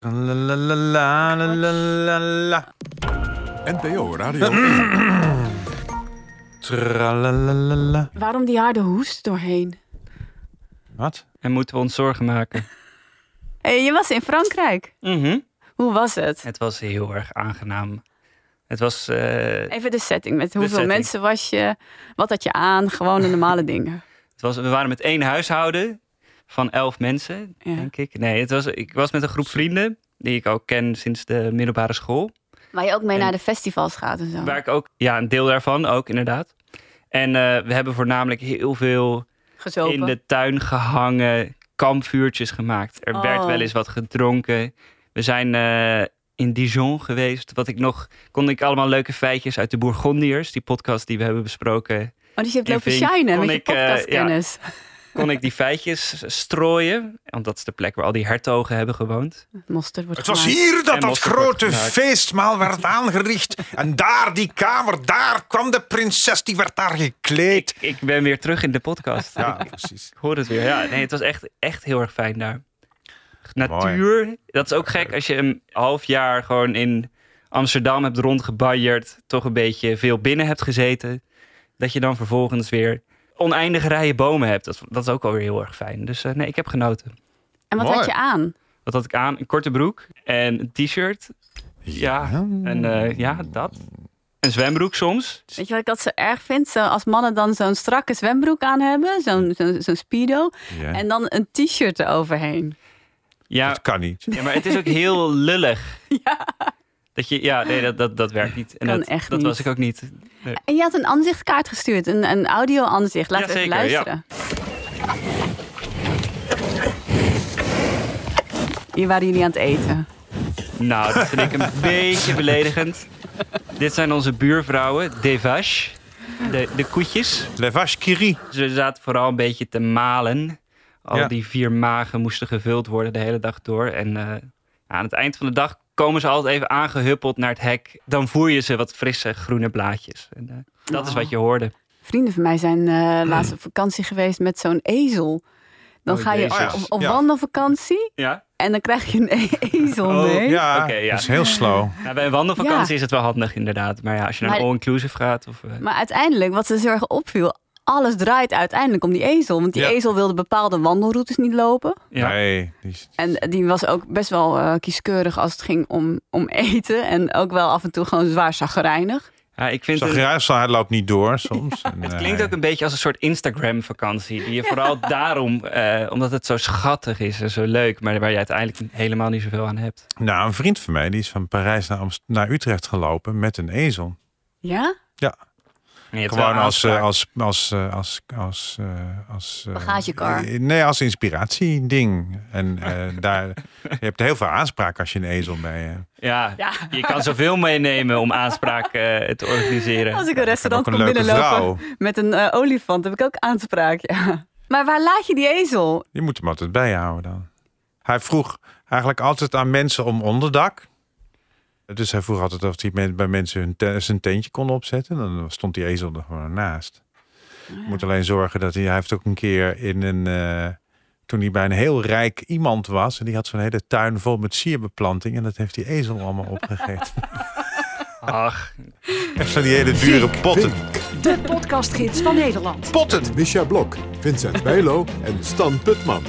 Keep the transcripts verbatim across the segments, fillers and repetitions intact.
La, la, la, la, la, la, la. N P O Radio. Tralalalala. Waarom die harde hoest doorheen? Wat? En moeten we ons zorgen maken? Hey, je was in Frankrijk. Mm-hmm. Hoe was het? Het was heel erg aangenaam. Het was... Uh, Even de setting. Met hoeveel setting. mensen was je? Wat had je aan? Gewoon de normale dingen. Het was, we waren met één huishouden van elf mensen, Ja. denk ik. Nee, het was, ik was met een groep vrienden die ik ook ken sinds de middelbare school. Waar je ook mee En- naar de festivals gaat en zo. Waar ik ook, ja, een deel daarvan ook inderdaad. En uh, we hebben voornamelijk heel veel Gezopen. in de tuin gehangen, kampvuurtjes gemaakt. Er Oh. werd wel eens wat gedronken. We zijn uh, in Dijon geweest. Wat ik nog, kon ik allemaal leuke feitjes uit de Bourgondiërs, die podcast die we hebben besproken. Oh, dus je hebt in lopen Vink shinen kon met je ik, uh, podcastkennis. Kon ik die feitjes strooien. Want dat is de plek waar al die hertogen hebben gewoond. Mosterd wordt Het was gemaakt. hier dat En dat mosterd wordt grote gemaakt. feestmaal werd aangericht. En daar, die kamer, daar kwam de prinses, die werd daar gekleed. Ik ben weer terug in de podcast. Ja, precies. Ik hoor het weer. Ja, nee, het was echt, echt heel erg fijn daar. Natuur. Dat is ook gek als je een half jaar gewoon in Amsterdam hebt rondgebadjerd. Toch een beetje veel binnen hebt gezeten. Dat je dan vervolgens weer oneindige rijen bomen hebt. Dat, dat is ook alweer heel erg fijn. Dus uh, nee, ik heb genoten. En wat Mooi. had je aan? Wat had ik aan? Een korte broek en een t-shirt. Ja, en uh, ja, dat. Een zwembroek soms. Weet je wat ik dat zo erg vind? Zo, als mannen dan zo'n strakke zwembroek aan hebben. Zo'n zo'n zo'n speedo. Ja. En dan een t-shirt eroverheen. Ja, Dat kan niet. ja, maar het is ook heel lullig. Ja. Dat je, ja, nee, dat, dat, dat werkt niet. En Kan dat, echt dat niet. was ik ook niet. Nee. En je had een aanzichtkaart gestuurd. Een, een audio-aanzicht. Laten we even Ja, zeker, luisteren. Hier waren jullie aan het eten. Nou, dat vind ik een beetje beledigend. Dit zijn onze buurvrouwen, des vaches, de, de koetjes. Le vache qui rit. Ze zaten vooral een beetje te malen. Al Ja. die vier magen moesten gevuld worden de hele dag door. En uh, aan het eind van de dag komen ze altijd even aangehuppeld naar het hek. Dan voer je ze wat frisse groene blaadjes. En, uh, dat is wat je hoorde. Vrienden van mij zijn uh, laatst op vakantie geweest met zo'n ezel. Dan Oh, ga je jezus. op, op Ja. wandelvakantie Ja? en dan krijg je een e- ezel Oh, mee. Ja, Oké, ja. dat is heel slow. Nou, bij een wandelvakantie Ja. is het wel handig inderdaad. Maar ja, als je naar Maar- een all-inclusive gaat... Of, uh, Maar uiteindelijk, wat ze zo erg opviel, alles draait uiteindelijk om die ezel. Want die Ja. ezel wilde bepaalde wandelroutes niet lopen. ja. Nee, die is- En die was ook best wel uh, kieskeurig als het ging om, om eten. En ook wel af en toe gewoon zwaar chagrijnig. ja, ik vind het... Zagrijnig, hij loopt niet door soms. En, Het eh, klinkt ook een beetje als een soort Instagram-vakantie. Die je vooral daarom, eh, omdat het zo schattig is en zo leuk, maar waar je uiteindelijk helemaal niet zoveel aan hebt. Nou, een vriend van mij die is van Parijs naar, Amst- naar Utrecht gelopen met een ezel. Ja? En je hebt Gewoon wel als, eh, aanspraak. als, als, eh, als, als, eh, als eh, Bagagekar. eh, Nee, als inspiratieding. En eh, daar, je hebt heel veel aanspraak als je een ezel bij je hebt. Ja, Ja. je kan zoveel meenemen om aanspraak eh, te organiseren. Als ik een restaurant ook kom een leuke binnenlopen vrouw. met een uh, olifant, heb ik ook aanspraak. Ja. Maar waar laat je die ezel? Je moet hem altijd bijhouden dan. Hij vroeg eigenlijk altijd aan mensen om onderdak. Dus hij vroeg altijd of hij met- bij mensen hun te- zijn tentje kon opzetten. Dan stond die ezel er gewoon naast. Je moet alleen zorgen dat hij... Hij heeft ook een keer in een... eh, toen hij bij een heel rijk iemand was. En die had zo'n hele tuin vol met sierbeplanting. En dat heeft die ezel allemaal opgegeten. Ach, Echt van die hele dure potten. De podcastgids van Nederland. Potten! Misha Blok, Vincent Bijlo en Stan Putman.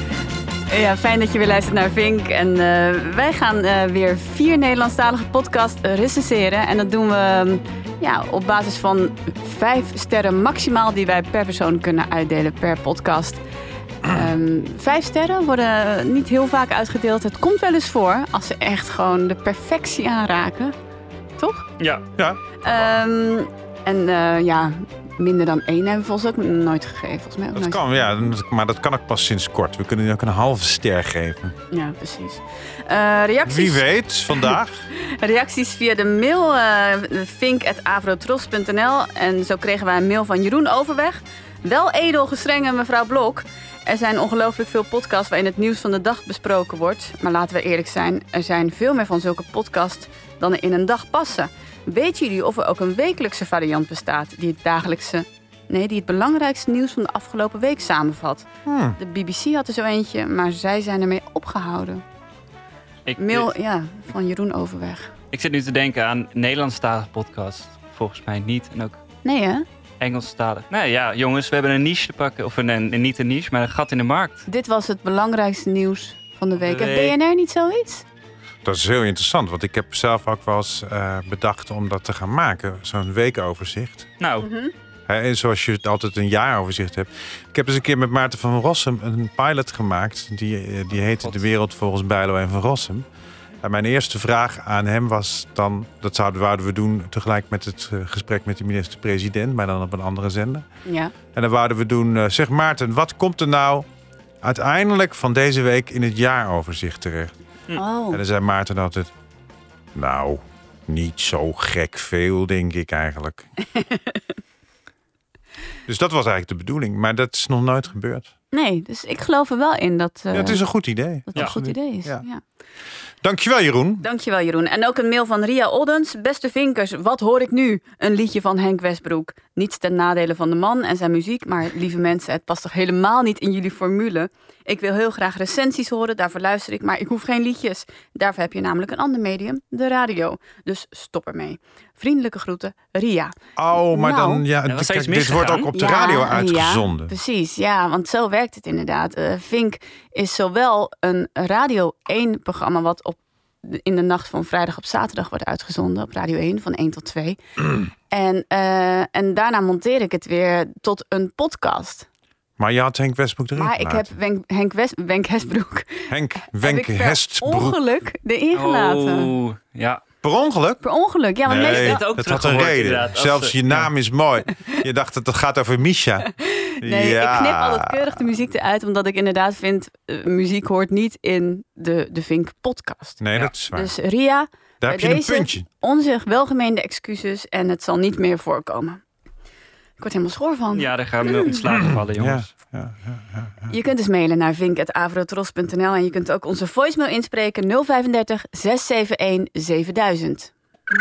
Ja, fijn dat je weer luistert naar Vink. En uh, wij gaan uh, weer vier Nederlandstalige podcasts uh, recenseren. En dat doen we um, ja, op basis van vijf sterren maximaal die wij per persoon kunnen uitdelen per podcast. Um, vijf sterren worden niet heel vaak uitgedeeld. Het komt wel eens voor als ze echt gewoon de perfectie aanraken. Toch? ja. Ja, Um, en uh, ja, minder dan één hebben we volgens ook nooit gegeven. Volgens mij ook dat nooit. kan, ja, maar dat kan ook pas sinds kort. We kunnen nu ook een halve ster geven. Ja, precies. Uh, reacties? Wie weet, vandaag. Reacties via de mail uh, vink at avrotros punt n l. En zo kregen wij een mail van Jeroen Overweg. Wel edel gestrenge mevrouw Blok. Er zijn ongelooflijk veel podcasts waarin het nieuws van de dag besproken wordt. Maar laten we eerlijk zijn, er zijn veel meer van zulke podcasts dan er in een dag passen. Weten jullie of er ook een wekelijkse variant bestaat die het dagelijkse... Nee, die het belangrijkste nieuws van de afgelopen week samenvat? Hmm. De B B C had er zo eentje, maar zij zijn ermee opgehouden. Ik, Mail ja, van Jeroen Overweg. ik zit nu te denken aan Nederlandstalige podcast. Volgens mij niet. En ook Nee, hè? Engelstalig. Nee, ja, jongens, we hebben een niche te pakken. Of een, een, niet een niche, maar een gat in de markt. Dit was het belangrijkste nieuws van de week. De Heeft week. B N R niet zoiets? Dat is heel interessant, want ik heb zelf ook wel eens uh, bedacht om dat te gaan maken. Zo'n weekoverzicht. Nou, Mm-hmm. He, en zoals je altijd een jaaroverzicht hebt. Ik heb eens een keer met Maarten van Rossum een pilot gemaakt. Die, die heette God. De Wereld volgens Bijlo en van Rossum. En mijn eerste vraag aan hem was dan... Dat zouden wouden we doen tegelijk met het uh, gesprek met de minister-president. Maar dan op een andere zender. Ja. En dan wouden we doen... Uh, zeg Maarten, wat komt er nou uiteindelijk van deze week in het jaaroverzicht terecht? Oh. En dan zei Maarten altijd... Nou, niet zo gek veel, denk ik eigenlijk. Dus dat was eigenlijk de bedoeling. Maar dat is nog nooit gebeurd. Nee, dus ik geloof er wel in dat, uh, Ja, het is een goed idee. dat het Ja. een goed idee is. Ja. Ja. Dankjewel, Jeroen. Dankjewel, Jeroen. En ook een mail van Ria Oddens. Beste vinkers, wat hoor ik nu? Een liedje van Henk Westbroek. Niets ten nadele van de man en zijn muziek. Maar lieve mensen, het past toch helemaal niet in jullie formule? Ik wil heel graag recensies horen, daarvoor luister ik. Maar ik hoef geen liedjes. Daarvoor heb je namelijk een ander medium, de radio. Dus stop ermee. Vriendelijke groeten, Ria. Oh, maar Nou. dan... Ja, Er was kijk, iets dit wordt ook misgegaan. op de radio uitgezonden. Ja, precies, ja, want zo werkt het inderdaad. Uh, Vink is zowel een Radio één programma... wat op, in de nacht van vrijdag op zaterdag wordt uitgezonden... op Radio één van één tot twee. en, uh, en daarna monteer ik het weer tot een podcast. Maar je had Henk Westbroek erin Maar ik heb gelaten. Wenk, Henk West, Wenk Hesbroek... Henk heb Wenk ik per Hestbroek. ongeluk erin gelaten. oh, ja. Per ongeluk? Per ongeluk, ja, want Nee, meestal... het ook dat had een teruggehoord, reden. inderdaad, als Zelfs ze- je naam is mooi. Je dacht dat het gaat over Misha. Nee, ja. ik knip altijd keurig de muziek eruit... omdat ik inderdaad vind... Uh, muziek hoort niet in de, de Vink-podcast. Nee, Ja. dat is waar. Dus Ria, Daar bij heb je een deze puntje. onze welgemeende excuses... en het zal niet meer voorkomen. Ik word helemaal schor van. Ja, daar gaan we ontslagen vallen, jongens. Ja, ja, ja. Je kunt dus mailen naar vink at avrotros punt n l... en je kunt ook onze voicemail inspreken... nul drie vijf zes zeven een zevenduizend.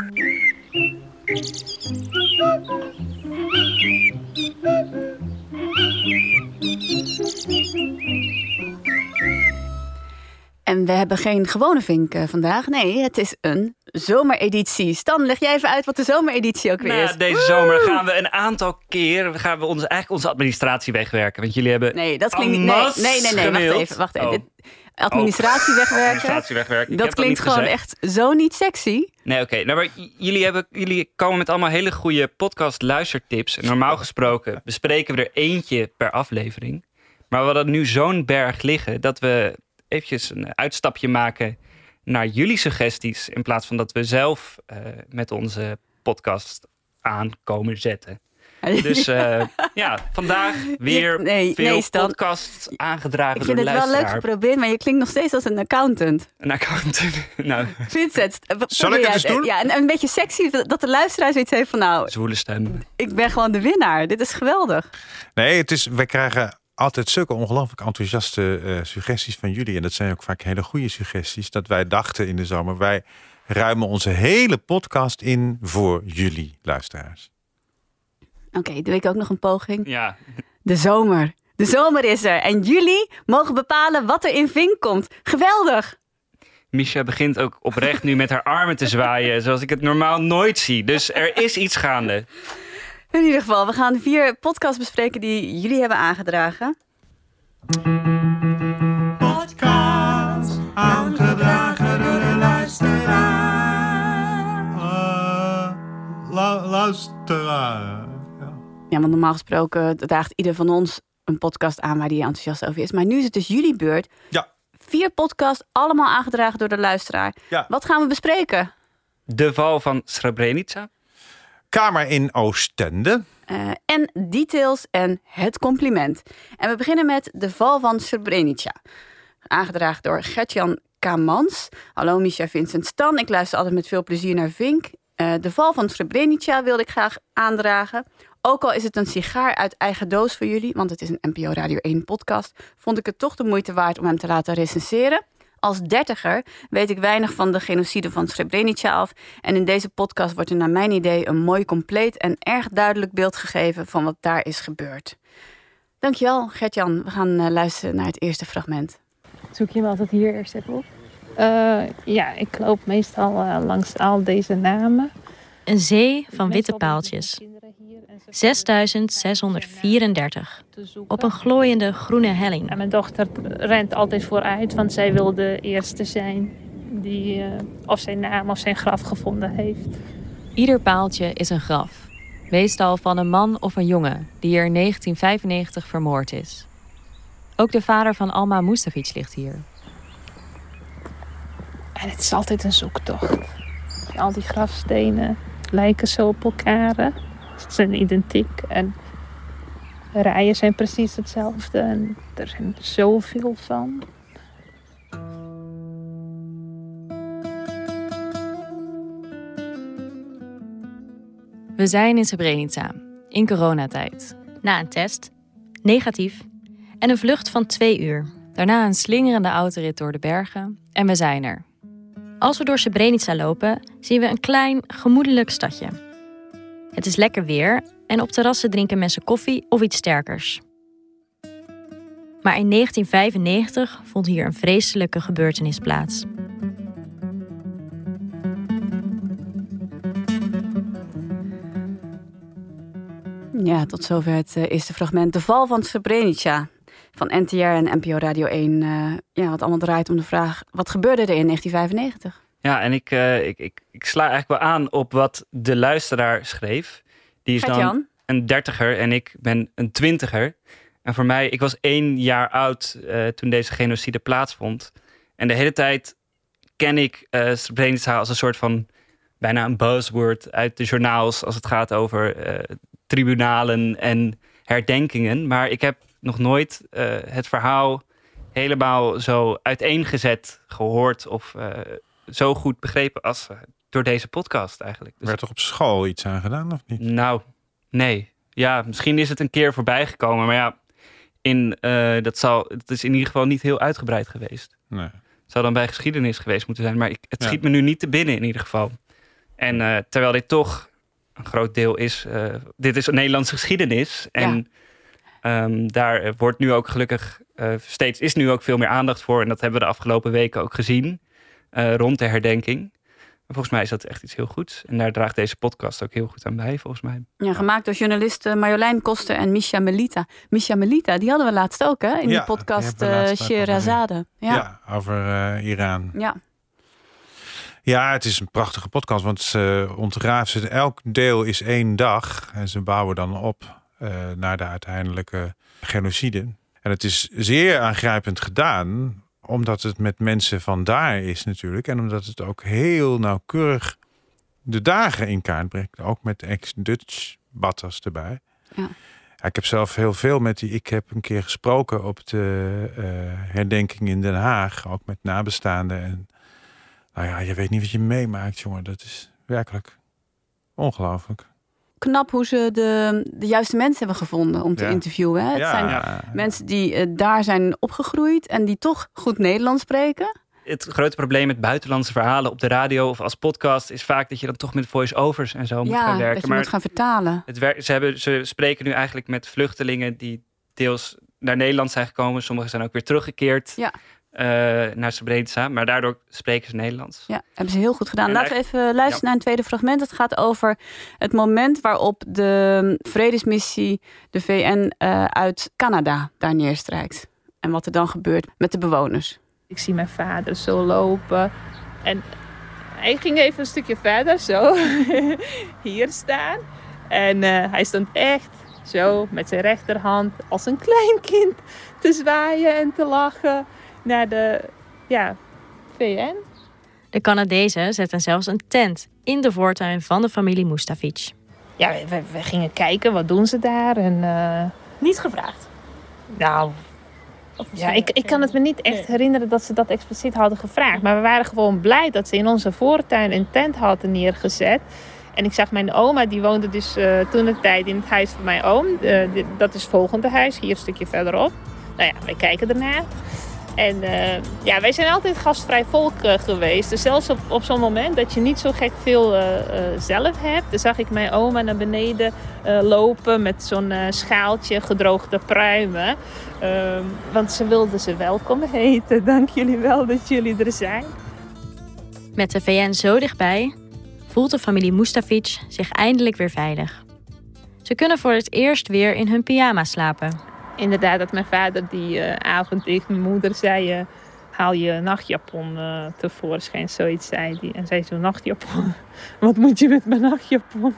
En we hebben geen gewone Vink uh, vandaag. Nee, het is een zomereditie. Stan, leg jij even uit wat de zomereditie ook weer Nou, is. deze Woe! zomer gaan we een aantal keer gaan we onze, eigenlijk onze administratie wegwerken. Want jullie hebben Nee, dat klinkt niet... Nee, en nee, nee, nee, wacht gemaild. even. Wacht even. Oh. Dit, administratie wegwerken, administratie wegwerken. Ik dat heb klinkt niet gewoon gezegd. echt zo niet sexy. Nee, oké. Nou, maar j- jullie, hebben, jullie komen met allemaal hele goede podcast luistertips. En normaal gesproken bespreken we er eentje per aflevering. Maar we hadden nu zo'n berg liggen dat we eventjes een uitstapje maken naar jullie suggesties. In plaats van dat we zelf uh, met onze podcast aankomen zetten. Dus uh, ja, vandaag weer Je- nee, veel nee, Stan. podcasts aangedragen Ik door vind de het wel leuk luisteraar. geprobeerd, maar je klinkt nog steeds als een accountant. Een account. nou, Vincent, eh, wat Zal probeer ik het jij eens doen? Ja, en een beetje sexy, dat de luisteraar zoiets heeft van... nou, zwoele stem. ik ben gewoon de winnaar. Dit is geweldig. Nee, het is, wij krijgen altijd zulke ongelooflijk enthousiaste uh, suggesties van jullie. En dat zijn ook vaak hele goede suggesties. Dat wij dachten in de zomer, wij ruimen onze hele podcast in voor jullie luisteraars. Oké, okay, doe ik ook nog een poging. Ja, De zomer. De zomer is er. En jullie mogen bepalen wat er in Vink komt. Geweldig. Misha begint ook oprecht nu met haar armen te zwaaien, zoals ik het normaal nooit zie. Dus er is iets gaande. In ieder geval, we gaan vier podcasts bespreken die jullie hebben aangedragen. Podcast aangedragen door de luisteraar. Uh, lu- luisteraar. Ja. Ja, want normaal gesproken draagt ieder van ons een podcast aan waar die enthousiast over is. Maar nu is het dus jullie beurt. Ja. Vier podcasts, allemaal aangedragen door de luisteraar. Ja. Wat gaan we bespreken? De val van Srebrenica. Kamer in Oostende. Uh, en details en het compliment. En we beginnen met de val van Srebrenica. Aangedragen door Gertjan Kamans. Hallo Misha, Vincent, Stan. Ik luister altijd met veel plezier naar Vink. Uh, de val van Srebrenica wilde ik graag aandragen. Ook al is het een sigaar uit eigen doos voor jullie, want het is een N P O Radio één podcast, vond ik het toch de moeite waard om hem te laten recenseren. Als dertiger weet ik weinig van de genocide van Srebrenica af. En in deze podcast wordt er naar mijn idee een mooi, compleet en erg duidelijk beeld gegeven van wat daar is gebeurd. Dankjewel, Gertjan. We gaan uh, luisteren naar het eerste fragment. Zoek je hem altijd hier eerst even op? Uh, ja, ik loop meestal uh, langs al deze namen. Een zee van witte paaltjes. zesduizend zeshonderdvierendertig. Op een glooiende groene helling. En mijn dochter rent altijd vooruit, want zij wil de eerste zijn die uh, of zijn naam of zijn graf gevonden heeft. Ieder paaltje is een graf. Meestal van een man of een jongen die hier in negentien vijfennegentig vermoord is. Ook de vader van Alma Mustafic ligt hier. En het is altijd een zoektocht. Al die grafstenen lijken zo op elkaar. Hè? Ze zijn identiek en de rijen zijn precies hetzelfde. En er zijn er zoveel van. We zijn in Srebrenica, in coronatijd. Na een test, negatief, en een vlucht van twee uur. Daarna een slingerende autorit door de bergen en we zijn er. Als we door Srebrenica lopen, zien we een klein, gemoedelijk stadje. Het is lekker weer en op terrassen drinken mensen koffie of iets sterkers. Maar in negentien vijfennegentig vond hier een vreselijke gebeurtenis plaats. Ja, tot zover het uh, eerste fragment. De val van Srebrenica van N T R en N P O Radio één. Uh, ja, wat allemaal draait om de vraag, wat gebeurde er in negentien vijfennegentig? Ja, en ik, uh, ik, ik, ik sla eigenlijk wel aan op wat de luisteraar schreef. Die is Gert-Jan? dan een dertiger en ik ben een twintiger. En voor mij, ik was één jaar oud uh, toen deze genocide plaatsvond. En de hele tijd ken ik uh, Srebrenica als een soort van bijna een buzzword uit de journaals als het gaat over uh, tribunalen en herdenkingen. Maar ik heb nog nooit uh, het verhaal helemaal zo uiteengezet gehoord of uh, zo goed begrepen als uh, door deze podcast eigenlijk. Dus werd er op school iets aan gedaan of niet? Nou, nee. Ja, misschien is het een keer voorbij gekomen, maar ja, in, uh, dat, zal, het is in ieder geval niet heel uitgebreid geweest. Nee. Het zou dan bij geschiedenis geweest moeten zijn, maar ik, het schiet ja. me nu niet te binnen in ieder geval. En uh, terwijl dit toch een groot deel is, uh, dit is een Nederlandse geschiedenis en ja. um, daar wordt nu ook gelukkig uh, steeds is nu ook veel meer aandacht voor en dat hebben we de afgelopen weken ook gezien uh, rond de herdenking. Volgens mij is dat echt iets heel goeds. En daar draagt deze podcast ook heel goed aan bij, volgens mij. Ja, gemaakt door journalisten Marjolein Koster en Misha Melita. Misha Melita, die hadden we laatst ook, hè? In ja, die podcast uh, Sherazade. Ja. ja, over uh, Iran. Ja. Ja, het is een prachtige podcast, want ze ontraaft ze. Elk deel is één dag. En ze bouwen dan op uh, naar de uiteindelijke genocide. En het is zeer aangrijpend gedaan, omdat het met mensen van daar is natuurlijk. En omdat het ook heel nauwkeurig de dagen in kaart brengt. Ook met ex-Dutch batters erbij. Ja. Ja, ik heb zelf heel veel met die... Ik heb een keer gesproken op de uh, herdenking in Den Haag. Ook met nabestaanden. En nou ja, je weet niet wat je meemaakt, jongen. Dat is werkelijk ongelooflijk. Knap hoe ze de, de juiste mensen hebben gevonden om te ja. interviewen. Hè? Het ja, zijn ja. mensen die uh, daar zijn opgegroeid en die toch goed Nederlands spreken. Het grote probleem met buitenlandse verhalen op de radio of als podcast is vaak dat je dan toch met voice-overs en zo moet ja, gaan werken. Dat je maar moet gaan vertalen. Het wer- ze, hebben, ze spreken nu eigenlijk met vluchtelingen die deels naar Nederland zijn gekomen. Sommigen zijn ook weer teruggekeerd. Ja. Uh, naar Srebrenica, maar daardoor spreken ze Nederlands. Ja, hebben ze heel goed gedaan. En Laten we even luisteren ja. naar een tweede fragment. Het gaat over het moment waarop de vredesmissie, de V N, uh, uit Canada daar neerstrijkt. En wat er dan gebeurt met de bewoners. Ik zie mijn vader zo lopen. En hij ging even een stukje verder, zo. Hier staan. En uh, hij stond echt zo met zijn rechterhand als een klein kind te zwaaien en te lachen naar de ja, V N. De Canadezen zetten zelfs een tent in de voortuin van de familie Mustafic. Ja, we, we gingen kijken, wat doen ze daar? En, uh... Niet gevraagd? Nou, ja, ik, ik kan het me niet echt nee. herinneren dat ze dat expliciet hadden gevraagd. Maar we waren gewoon blij dat ze in onze voortuin een tent hadden neergezet. En ik zag mijn oma, die woonde dus uh, toen de tijd in het huis van mijn oom. Uh, dit, dat is het volgende huis, hier een stukje verderop. Nou ja, wij kijken ernaar. En uh, ja, wij zijn altijd gastvrij volk uh, geweest. Dus zelfs op, op zo'n moment dat je niet zo gek veel uh, uh, zelf hebt. Dan zag ik mijn oma naar beneden uh, lopen met zo'n uh, schaaltje gedroogde pruimen. Uh, want ze wilden ze welkom heten. Dank jullie wel dat jullie er zijn. Met de V N zo dichtbij voelt de familie Mustafic zich eindelijk weer veilig. Ze kunnen voor het eerst weer in hun pyjama slapen. Inderdaad, dat mijn vader die uh, avond tegen mijn moeder zei... Uh, haal je nachtjapon uh, tevoorschijn, zoiets zei hij. En zei zo, nachtjapon? Wat moet je met mijn nachtjapon?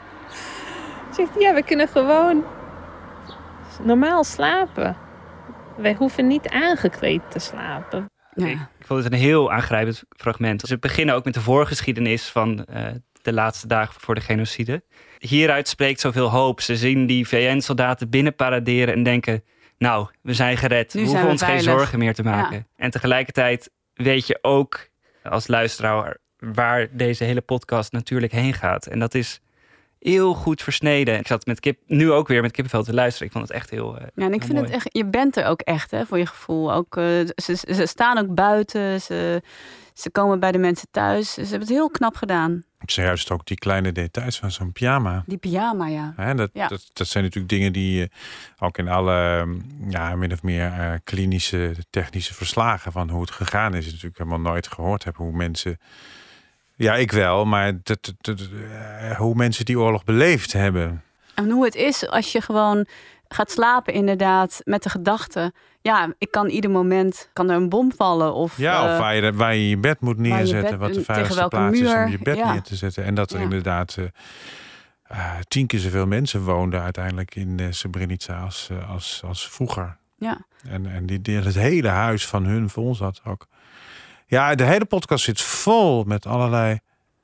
Zegt hij, ja, we kunnen gewoon normaal slapen. Wij hoeven niet aangekleed te slapen. Ja. Ik, ik vond het een heel aangrijpend fragment. Ze beginnen ook met de voorgeschiedenis van uh, de laatste dagen voor de genocide. Hieruit spreekt zoveel hoop. Ze zien die V N-soldaten binnen paraderen en denken... nou, we zijn gered. Nu we hoeven zijn we ons veilig. geen zorgen meer te maken. Ja. En tegelijkertijd weet je ook als luisteraar... waar deze hele podcast natuurlijk heen gaat. En dat is heel goed versneden. Ik zat met kip, nu ook weer met kippenvel te luisteren. Ik vond het echt heel uh, Ja, en ik heel vind mooi. het echt, je bent er ook echt, hè, voor je gevoel. Ook, uh, ze, ze staan ook buiten, ze, ze komen bij de mensen thuis. Ze hebben het heel knap gedaan. Juist ook die kleine details van zo'n pyjama. Die pyjama, ja. Hè, dat, Ja. dat, dat zijn natuurlijk dingen die je ook in alle um, ja, min of meer uh, klinische, technische verslagen van hoe het gegaan is, natuurlijk helemaal nooit gehoord hebben. Hoe mensen, ja, ik wel, maar dat, dat, dat, uh, hoe mensen die oorlog beleefd hebben. En hoe het is als je gewoon gaat slapen inderdaad met de gedachte... ja, ik kan ieder moment, kan er een bom vallen. Of, Ja, uh, of waar je, waar je je bed moet je neerzetten, bed- wat de tegen veiligste welke plaats is om muur, je bed ja. neer te zetten. En dat er Ja. inderdaad uh, uh, tien keer zoveel mensen woonden uiteindelijk in uh, Srebrenica als, uh, als, als vroeger. Ja. En, en die, die het hele huis van hun vol zat ook. Ja, de hele podcast zit vol met allerlei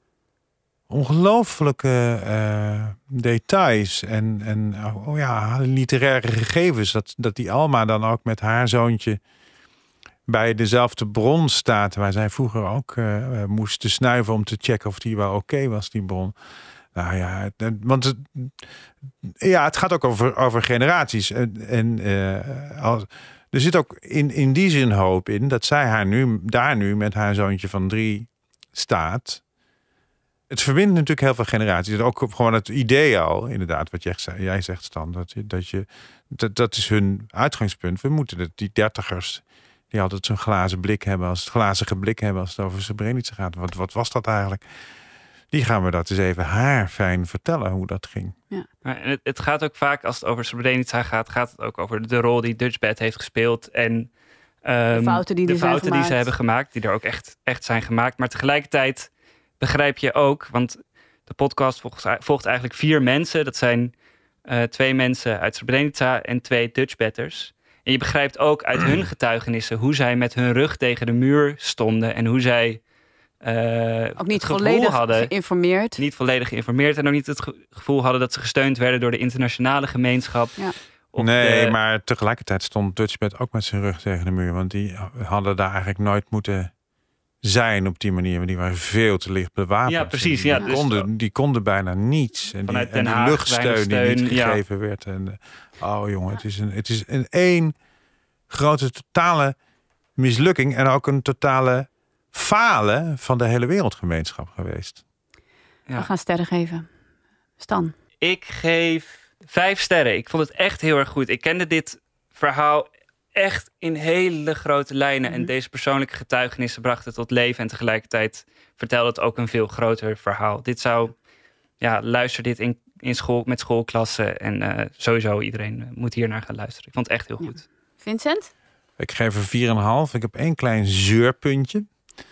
ongelooflijke uh, details. En, en oh ja, literaire gegevens. Dat, dat die Alma dan ook met haar zoontje bij dezelfde bron staat. Waar zij vroeger ook uh, moesten snuiven om te checken of die wel oké okay was, die bron. Nou ja, want het, ja, het gaat ook over, over generaties. En, en uh, als, er zit ook in, in die zin hoop in dat zij haar nu, daar nu met haar zoontje van drie staat. Het verbindt natuurlijk heel veel generaties. Ook gewoon het idee al, inderdaad, wat jij, jij zegt, Stan. Dat, dat, je, dat, dat is hun uitgangspunt. We moeten het, die dertigers, die altijd zo'n glazen blik hebben, als het glazige blik hebben als het over Srebrenica gaat. Wat, wat was dat eigenlijk? Die gaan we dat eens even haar fijn vertellen hoe dat ging. Ja. Maar het, het gaat ook vaak, als het over Srebrenica gaat, gaat het ook over de rol die Dutchbat heeft gespeeld. En um, De fouten die, de die, zijn fouten die ze gemaakt. hebben gemaakt, die er ook echt, echt zijn gemaakt. Maar tegelijkertijd begrijp je ook, want de podcast volgt, volgt eigenlijk vier mensen. Dat zijn uh, twee mensen uit Srebrenica en twee Dutchbatters. En je begrijpt ook uit hun getuigenissen hoe zij met hun rug tegen de muur stonden en hoe zij uh, Ook niet het gevoel volledig hadden, geïnformeerd. niet volledig geïnformeerd en ook niet het ge- gevoel hadden dat ze gesteund werden door de internationale gemeenschap. Ja. Of Nee, de- maar tegelijkertijd stond Dutchbat ook met zijn rug tegen de muur. Want die hadden daar eigenlijk nooit moeten zijn op die manier. Want die waren veel te licht bewapend. Ja, precies, Die, ja, die, dus- konden, die konden bijna niets. En die, Vanuit en Den die Haag luchtsteun weinig die steun, niet ja. gegeven werd. En, uh, oh jongen, het is een, het is een één grote totale mislukking. En ook een totale falen van de hele wereldgemeenschap geweest. Ja. We gaan sterren geven. Stan. Ik geef vijf sterren. Ik vond het echt heel erg goed. Ik kende dit verhaal echt in hele grote lijnen. Mhm. En deze persoonlijke getuigenissen brachten het tot leven. En tegelijkertijd vertelde het ook een veel groter verhaal. Dit zou, ja, luister dit in, in school, met schoolklassen. En uh, sowieso iedereen uh, moet hier naar gaan luisteren. Ik vond het echt heel goed. Vincent? Ik geef er vier komma vijf. Ik heb één klein zeurpuntje.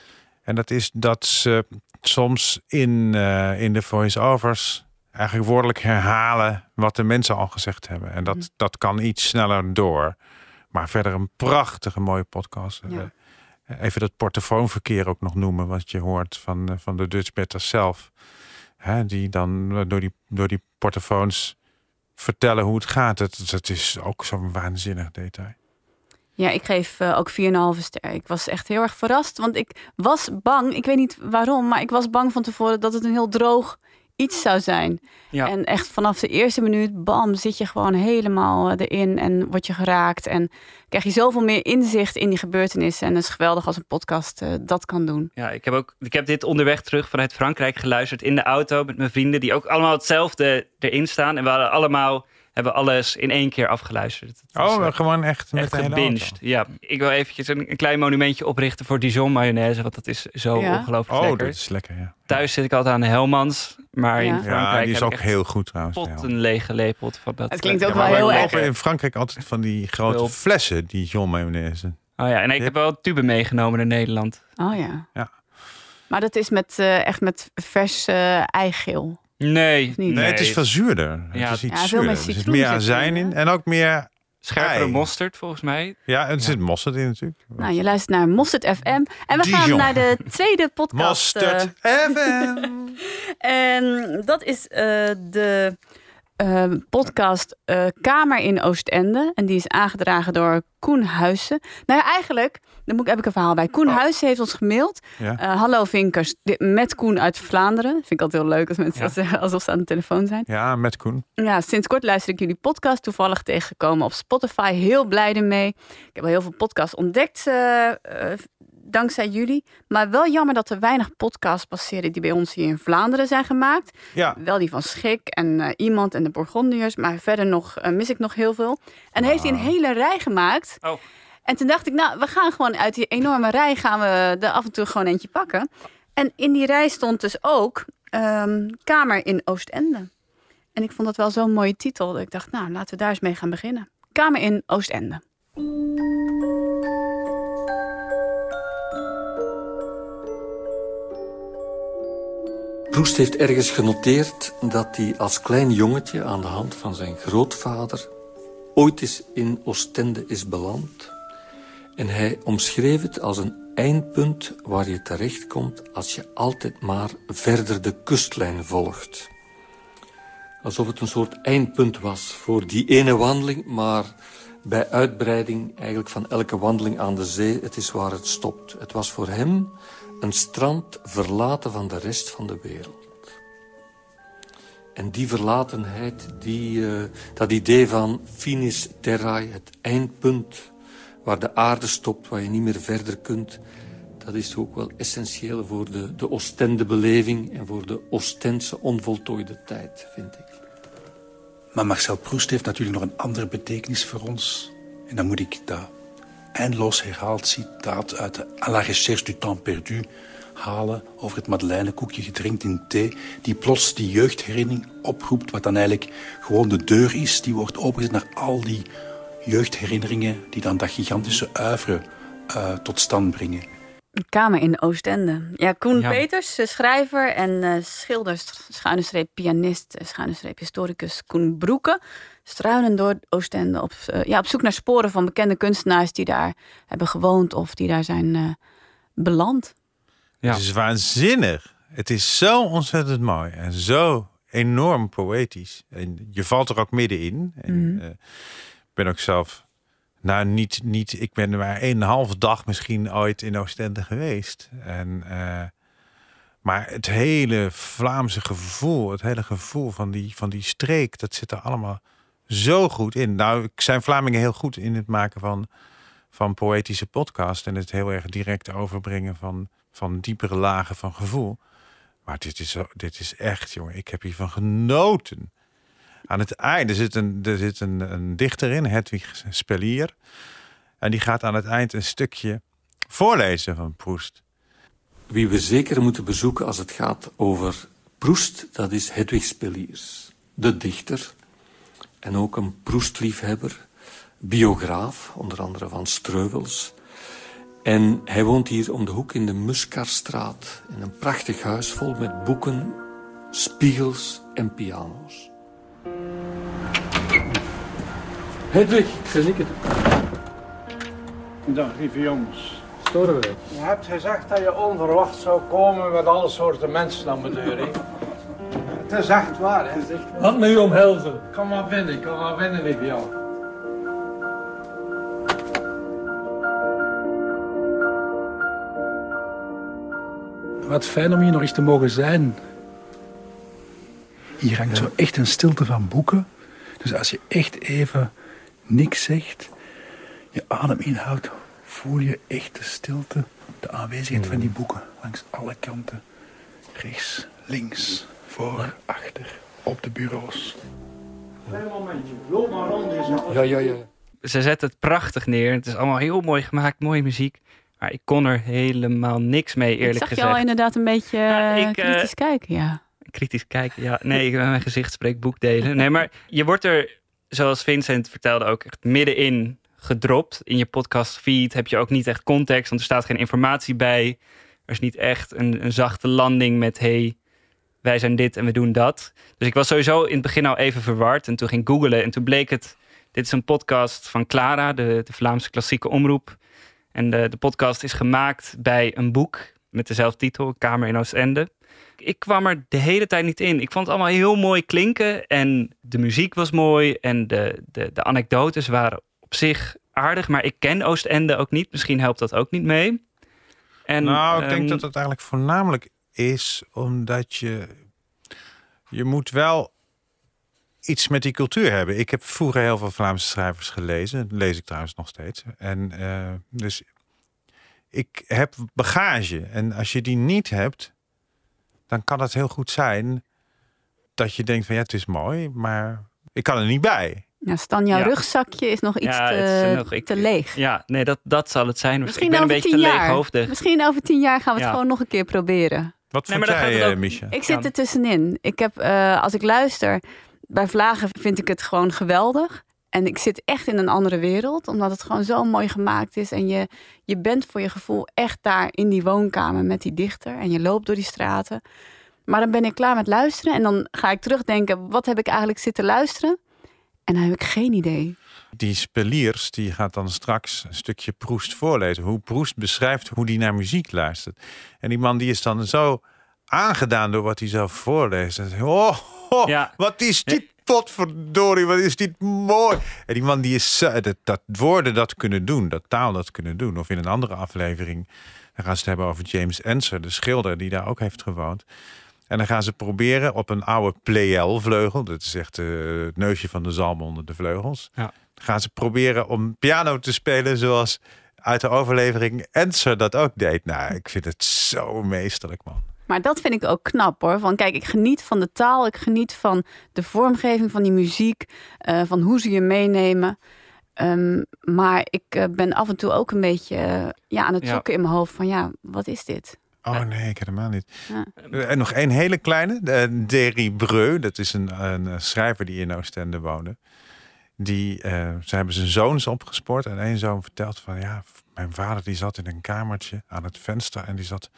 En dat is dat ze soms in, uh, in de voice-overs eigenlijk woordelijk herhalen wat de mensen al gezegd hebben. En dat, Mhm. dat kan iets sneller door. Maar verder een prachtige mooie podcast. Ja. Uh, even dat portofoonverkeer ook nog noemen, wat je hoort van, uh, van de Dutchbatters zelf. Hè, die dan uh, door die, door die portofoons vertellen hoe het gaat. Dat, dat is ook zo'n waanzinnig detail. Ja, ik geef uh, ook vier komma vijf ster. Ik was echt heel erg verrast, want ik was bang. Ik weet niet waarom, maar ik was bang van tevoren dat het een heel droog iets zou zijn. Ja. En echt vanaf de eerste minuut, bam, zit je gewoon helemaal erin en word je geraakt. En krijg je zoveel meer inzicht in die gebeurtenissen. En het is geweldig als een podcast uh, dat kan doen. Ja, ik heb ook ik heb dit onderweg terug vanuit Frankrijk geluisterd in de auto met mijn vrienden die ook allemaal hetzelfde erin staan. En we hadden allemaal hebben we alles in één keer afgeluisterd. Het Oh, was, uh, gewoon echt met echt de hele gebinged. auto. Ja, ik wil eventjes een, een klein monumentje oprichten voor Dijon mayonaise, want dat is zo Ja. ongelooflijk Oh, lekker. dat is lekker, ja. Thuis zit ik altijd aan de Helmans, maar Ja. in Ja, Frankrijk Ja, die is heb ook ik echt heel goed trouwens. de potten helm. leeg gelepeld van dat. Het klinkt uh, ook Ja, wel maar heel wij erg. kopen in Frankrijk altijd van die grote Wel- flessen, die Dijon mayonaise. Oh ja, en ik Ja. heb wel een tube meegenomen naar Nederland. Oh ja. Ja. Maar dat is met, uh, echt met vers uh, eigeel. Nee, niet? Nee, het is veel zuurder. Ja. Het is iets Ja, veel meer zuurder. Er zit citroen meer zit azijn erin, in. hè? En ook meer... Scherpere ei. mosterd volgens mij. Ja, en er Ja. zit mosterd in natuurlijk. Nou, je luistert naar Mosterd F M. En we gaan Dijon. naar de tweede podcast. uh, Mosterd F M. En dat is uh, de uh, podcast uh, Kamer in Oostende. En die is aangedragen door Koen Huijsen. Nou ja, eigenlijk, daar moet ik, heb ik een verhaal bij. Koen Oh. Huijsen heeft ons gemaild. Ja. Uh, Hallo Vinkers, dit- met Koen uit Vlaanderen. Vind ik altijd heel leuk als mensen Ja. dat zeggen, alsof ze aan de telefoon zijn. Ja, met Koen. Ja, sinds kort luister ik jullie podcast. Toevallig tegengekomen op Spotify. Heel blij ermee. Ik heb al heel veel podcasts ontdekt uh, uh, dankzij jullie. Maar wel jammer dat er weinig podcasts passeren die bij ons hier in Vlaanderen zijn gemaakt. Ja. Wel die van Schik en uh, Iemand en de Bourgondiërs. Maar verder nog uh, mis ik nog heel veel. En heeft hij een hele rij gemaakt. Oh. En toen dacht ik, nou, we gaan gewoon uit die enorme rij gaan we er af en toe gewoon eentje pakken. En in die rij stond dus ook um, Kamer in Oostende. En ik vond dat wel zo'n mooie titel. Dat ik dacht, nou, laten we daar eens mee gaan beginnen. Kamer in Oostende. Proest heeft ergens genoteerd dat hij als klein jongetje aan de hand van zijn grootvader ooit eens in Oostende is beland. En hij omschreef het als een eindpunt waar je terechtkomt als je altijd maar verder de kustlijn volgt. Alsof het een soort eindpunt was voor die ene wandeling, maar bij uitbreiding eigenlijk van elke wandeling aan de zee, het is waar het stopt. Het was voor hem een strand verlaten van de rest van de wereld. En die verlatenheid, die, uh, dat idee van finis terrae, het eindpunt, waar de aarde stopt, waar je niet meer verder kunt, dat is ook wel essentieel voor de, de Oostende-beleving en voor de Oostense onvoltooide tijd, vind ik. Maar Marcel Proust heeft natuurlijk nog een andere betekenis voor ons. En dan moet ik dat eindeloos herhaald citaat uit de À la recherche du temps perdu halen over het Madeleinekoekje gedrinkt in thee, die plots die jeugdherinnering oproept, wat dan eigenlijk gewoon de deur is die wordt opengezet naar al die jeugdherinneringen die dan dat gigantische oeuvre uh, tot stand brengen. Kamer in Oostende. Ja, Koen Ja. Peters, schrijver en uh, schilder, schuine streep pianist, schuine streep historicus Koen Broeke. Struinen door Oostende op, uh, ja, op zoek naar sporen van bekende kunstenaars die daar hebben gewoond of die daar zijn uh, beland. Ja. Het is waanzinnig. Het is zo ontzettend mooi en zo enorm poëtisch. En je valt er ook middenin. En, Mm-hmm. uh, ik ben ook zelf, nou niet, niet, ik ben maar een halve dag misschien ooit in Oostende geweest. En, uh, maar het hele Vlaamse gevoel, het hele gevoel van die, van die streek, dat zit er allemaal zo goed in. Nou, zijn Vlamingen heel goed in het maken van, van poëtische podcast en het heel erg direct overbrengen van, van diepere lagen van gevoel. Maar dit is, zo, dit is echt, jongen, ik heb hiervan genoten. Aan het eind, er zit, een, er zit een, een dichter in, Hedwig Spelier. En die gaat aan het eind een stukje voorlezen van Proust. Wie we zeker moeten bezoeken als het gaat over Proust, dat is Hedwig Speliers. De dichter en ook een Proustliefhebber, biograaf, onder andere van Streuvels. En hij woont hier om de hoek in de Muskarstraat, in een prachtig huis vol met boeken, spiegels en piano's. Hedwig, ben ik het. Dag, lieve jongens. Storen we? Je hebt gezegd dat je onverwacht zou komen met alle soorten mensen aan mijn deur. Hè? Het is echt waar, hè? Laat me u omhelzen. Kom maar binnen, kom maar binnen, lieve Jan. Wat fijn om hier nog eens te mogen zijn. Hier hangt zo echt een stilte van boeken. Dus als je echt even niks zegt, je adem inhoudt, voel je echt de stilte, de aanwezigheid van die boeken langs alle kanten. Rechts, links, voor, achter, op de bureaus. Klein momentje. Loop maar rond deze. Ja, ja, ja. Ze zetten het prachtig neer. Het is allemaal heel mooi gemaakt, mooie muziek. Maar ik kon er helemaal niks mee, eerlijk ik zag gezegd. je al inderdaad een beetje Ja, uh, ik, kritisch uh, kijken, ja. Kritisch kijken, ja. Nee, mijn gezicht spreekt boekdelen. Nee, maar je wordt er, zoals Vincent vertelde, ook echt middenin gedropt. In je podcast feed heb je ook niet echt context, want er staat geen informatie bij. Er is niet echt een, een zachte landing met, hey, wij zijn dit en we doen dat. Dus ik was sowieso in het begin al even verward. En toen ging ik googlen en toen bleek het, dit is een podcast van Clara, de, de Vlaamse klassieke omroep. En de, de podcast is gemaakt bij een boek met dezelfde titel, Kamer in Oostende. Ik kwam er de hele tijd niet in. Ik vond het allemaal heel mooi klinken. En de muziek was mooi. En de, de, de anekdotes waren op zich aardig. Maar ik ken Oostende ook niet. Misschien helpt dat ook niet mee. En, nou, ik um, denk dat het eigenlijk voornamelijk is omdat je... Je moet wel iets met die cultuur hebben. Ik heb vroeger heel veel Vlaamse schrijvers gelezen. Dat lees ik trouwens nog steeds. En uh, dus ik heb bagage. En als je die niet hebt, dan kan het heel goed zijn dat je denkt van ja, het is mooi, maar ik kan er niet bij. Ja, Stan, jouw Ja. rugzakje is nog iets ja, te, het is nog, ik, te leeg. Ja, nee, dat, dat zal het zijn. Misschien ik ben een over beetje tien te jaar. leeghoofdig. Misschien over tien jaar gaan we het Ja. gewoon nog een keer proberen. Wat Nee, vond maar dan jij, gaat het uh, ook- Misha? Ik zit er tussenin. Ik heb, uh, als ik luister, bij Vlagen vind ik het gewoon geweldig. En ik zit echt in een andere wereld, omdat het gewoon zo mooi gemaakt is. En je, je bent voor je gevoel echt daar in die woonkamer met die dichter. En je loopt door die straten. Maar dan ben ik klaar met luisteren. En dan ga ik terugdenken, wat heb ik eigenlijk zitten luisteren? En dan heb ik geen idee. Die Speliers, die gaat dan straks een stukje Proest voorlezen. Hoe Proest beschrijft hoe hij naar muziek luistert. En die man die is dan zo aangedaan door wat hij zelf voorleest. En zegt, oh, oh Ja. wat is dit potverdorie, wat is dit mooi. En die man die is, zo- dat, dat woorden dat kunnen doen, dat taal dat kunnen doen. Of in een andere aflevering, dan gaan ze het hebben over James Ensor, de schilder die daar ook heeft gewoond. En dan gaan ze proberen op een oude Pleyel-vleugel, dat is echt uh, het neusje van de zalm onder de vleugels. Ja. Gaan ze proberen om piano te spelen zoals uit de overlevering Ensor dat ook deed. Nou, ik vind het zo meesterlijk, man. Maar dat vind ik ook knap hoor. Van kijk, ik geniet van de taal. Ik geniet van de vormgeving van die muziek. Uh, van hoe ze je meenemen. Um, maar ik uh, ben af en toe ook een beetje uh, ja, aan het Ja. zoeken in mijn hoofd. Van ja, wat is dit? Oh nee, ik helemaal niet. Ja. En nog één hele kleine. Uh, Derry Breu, dat is een, een schrijver die in Oostende woonde. Die, uh, ze hebben zijn zoons opgespoord. En één zoon vertelt van ja, mijn vader die zat in een kamertje aan het venster. En die zat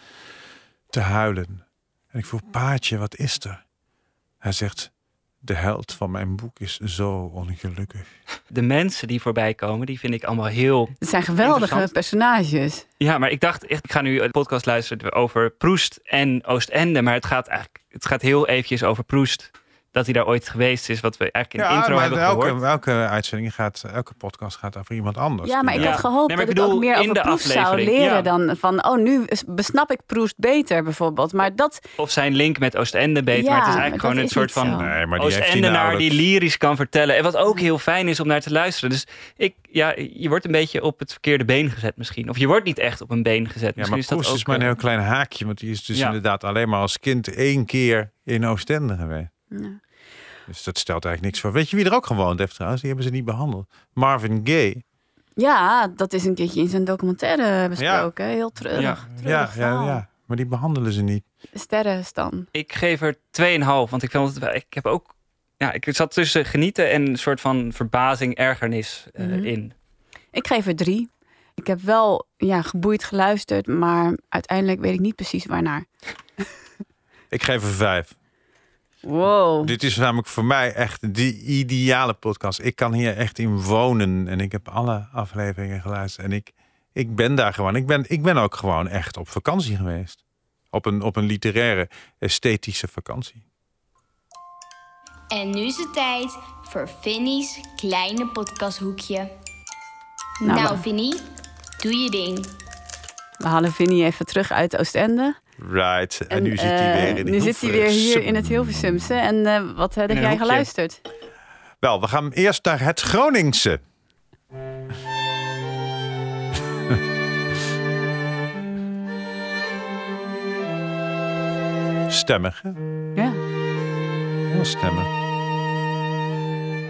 te huilen. En ik vroeg, paatje, wat is er? Hij zegt, de held van mijn boek is zo ongelukkig. De mensen die voorbij komen, die vind ik allemaal heel... Het zijn geweldige Interessant. personages. Ja, maar ik dacht echt, ik ga nu een podcast luisteren over Proest en Oostende. Maar het gaat eigenlijk, het gaat heel eventjes over Proest. Dat hij daar ooit geweest is, wat we eigenlijk in de intro maar hebben elke, gehoord. elke uitzending gaat, elke podcast gaat over iemand anders. Ja, maar ik Ja. had gehoopt Nee, maar dat ik ik ook bedoel, meer in over de Proest zou aflevering, leren ja. dan van... oh, nu besnap ik Proest beter bijvoorbeeld. Maar dat... Of zijn link met Oostende beter. Ja, maar het is maar eigenlijk dat gewoon een is soort niet van zo. Nee, maar die heeft hij Oostendenaar nauwelijks. die lyrisch kan vertellen. En wat ook heel fijn is om naar te luisteren. Dus ik, ja, je wordt een beetje op het verkeerde been gezet misschien. Of je wordt niet echt op een been gezet. Ja, Misschien maar is dat Proest ook, is maar een eh, heel klein haakje. Want die is dus Ja. inderdaad alleen maar als kind één keer in Oostende geweest. Ja. Dus dat stelt eigenlijk niks voor. Weet je wie er ook gewoond heeft trouwens? Die hebben ze niet behandeld. Marvin Gaye. Ja, dat is een keertje in zijn documentaire besproken. Heel treurig. Ja. treurig Ja, ja, verhaal. ja. Maar die behandelen ze niet. Sterrenstan. Ik geef er twee komma vijf. Want ik vond het wel- ik heb ook... Ja, ik zat tussen genieten en een soort van verbazing, ergernis eh, Mhm. in. Ik geef er drie. Ik heb wel ja, geboeid geluisterd, maar uiteindelijk weet ik niet precies waarnaar. Ik geef er vijf. Wow. Dit is namelijk voor mij echt die ideale podcast. Ik kan hier echt in wonen. En ik heb alle afleveringen geluisterd. En ik, ik ben daar gewoon. Ik ben, ik ben ook gewoon echt op vakantie geweest. Op een, op een literaire, esthetische vakantie. En nu is het tijd voor Vinnie's kleine podcasthoekje. Nou, Nou, we- Vinnie, doe je ding. We halen Vinnie even terug uit Oostende. Right. En, En, nu zit hij eh, weer in Nu zit hij weer hier Hilversum. in het Hilversumse. En eh, wat heb In een jij hoekje. geluisterd? Wel, we gaan eerst naar het Groningse. Stemmig, hè? Ja. Heel stemmig.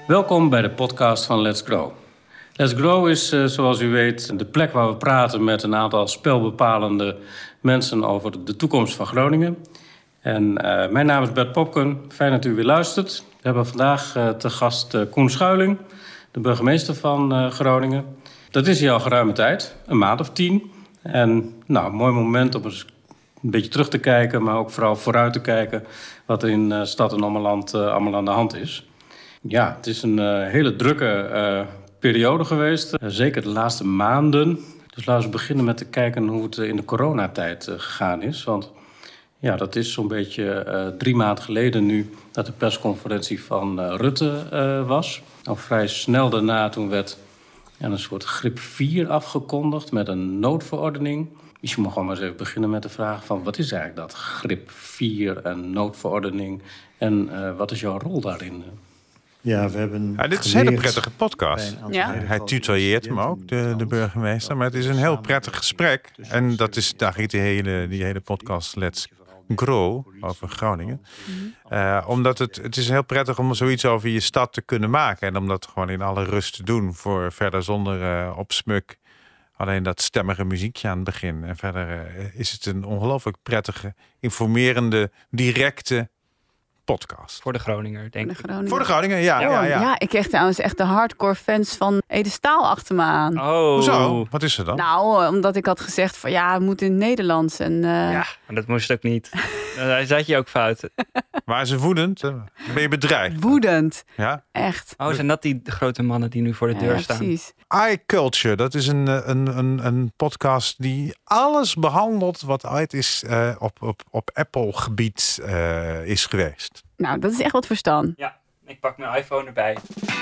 Welkom bij de podcast van Let's Grow. Let's Grow is, uh, zoals u weet, de plek waar we praten met een aantal spelbepalende mensen over de toekomst van Groningen. En uh, mijn naam is Bert Popken. Fijn dat u weer luistert. We hebben vandaag uh, te gast uh, Koen Schuiling, de burgemeester van uh, Groningen. Dat is hier al geruime tijd, een maand of tien. En nou, een mooi moment om eens een beetje terug te kijken, maar ook vooral vooruit te kijken wat er in uh, stad en Ommeland uh, allemaal aan de hand is. Ja, het is een uh, hele drukke uh, periode geweest, uh, zeker de laatste maanden. Dus laten we beginnen met te kijken hoe het in de coronatijd uh, gegaan is. Want ja, dat is zo'n beetje uh, drie maanden geleden nu dat de persconferentie van uh, Rutte uh, was. Al vrij snel daarna toen werd ja, een soort griep vier afgekondigd met een noodverordening. Misschien mogen we maar eens even beginnen met de vraag van wat is eigenlijk dat griep vier en noodverordening en uh, wat is jouw rol daarin? Ja, we hebben ja, dit is een hele prettige podcast. Ja. Hij tutoieert hem ook, de, de burgemeester. Maar het is een heel prettig gesprek. En dat is eigenlijk die hele, die hele podcast Let's Grow over Groningen. Mm-hmm. Uh, omdat het, het is heel prettig om zoiets over je stad te kunnen maken. En om dat gewoon in alle rust te doen. Voor verder zonder uh, opsmuk. Alleen dat stemmige muziekje aan het begin. En verder uh, is het een ongelooflijk prettige, informerende, directe podcast. Voor de Groninger, denk ik. De Voor de Groninger, ja. Ja, ja, ja. ja, ik kreeg trouwens echt de hardcore fans van Ede Staal achter me aan. Oh. Hoezo? Wat is er dan? Nou, omdat ik had gezegd van ja, het moet in het Nederlands. En, uh... Ja, maar dat moest ook niet. Daar zat je ook fout. Waren ze woedend? Dan ben je bedreigd. Woedend. Ja? Echt. Oh, zijn dat die grote mannen die nu voor de deur ja, staan? Precies. iCulture, dat is een, een, een, een podcast die alles behandelt wat ooit is uh, op, op, op Apple-gebied uh, is geweest. Nou, dat is echt wat verstand. Ja, ik pak mijn iPhone erbij.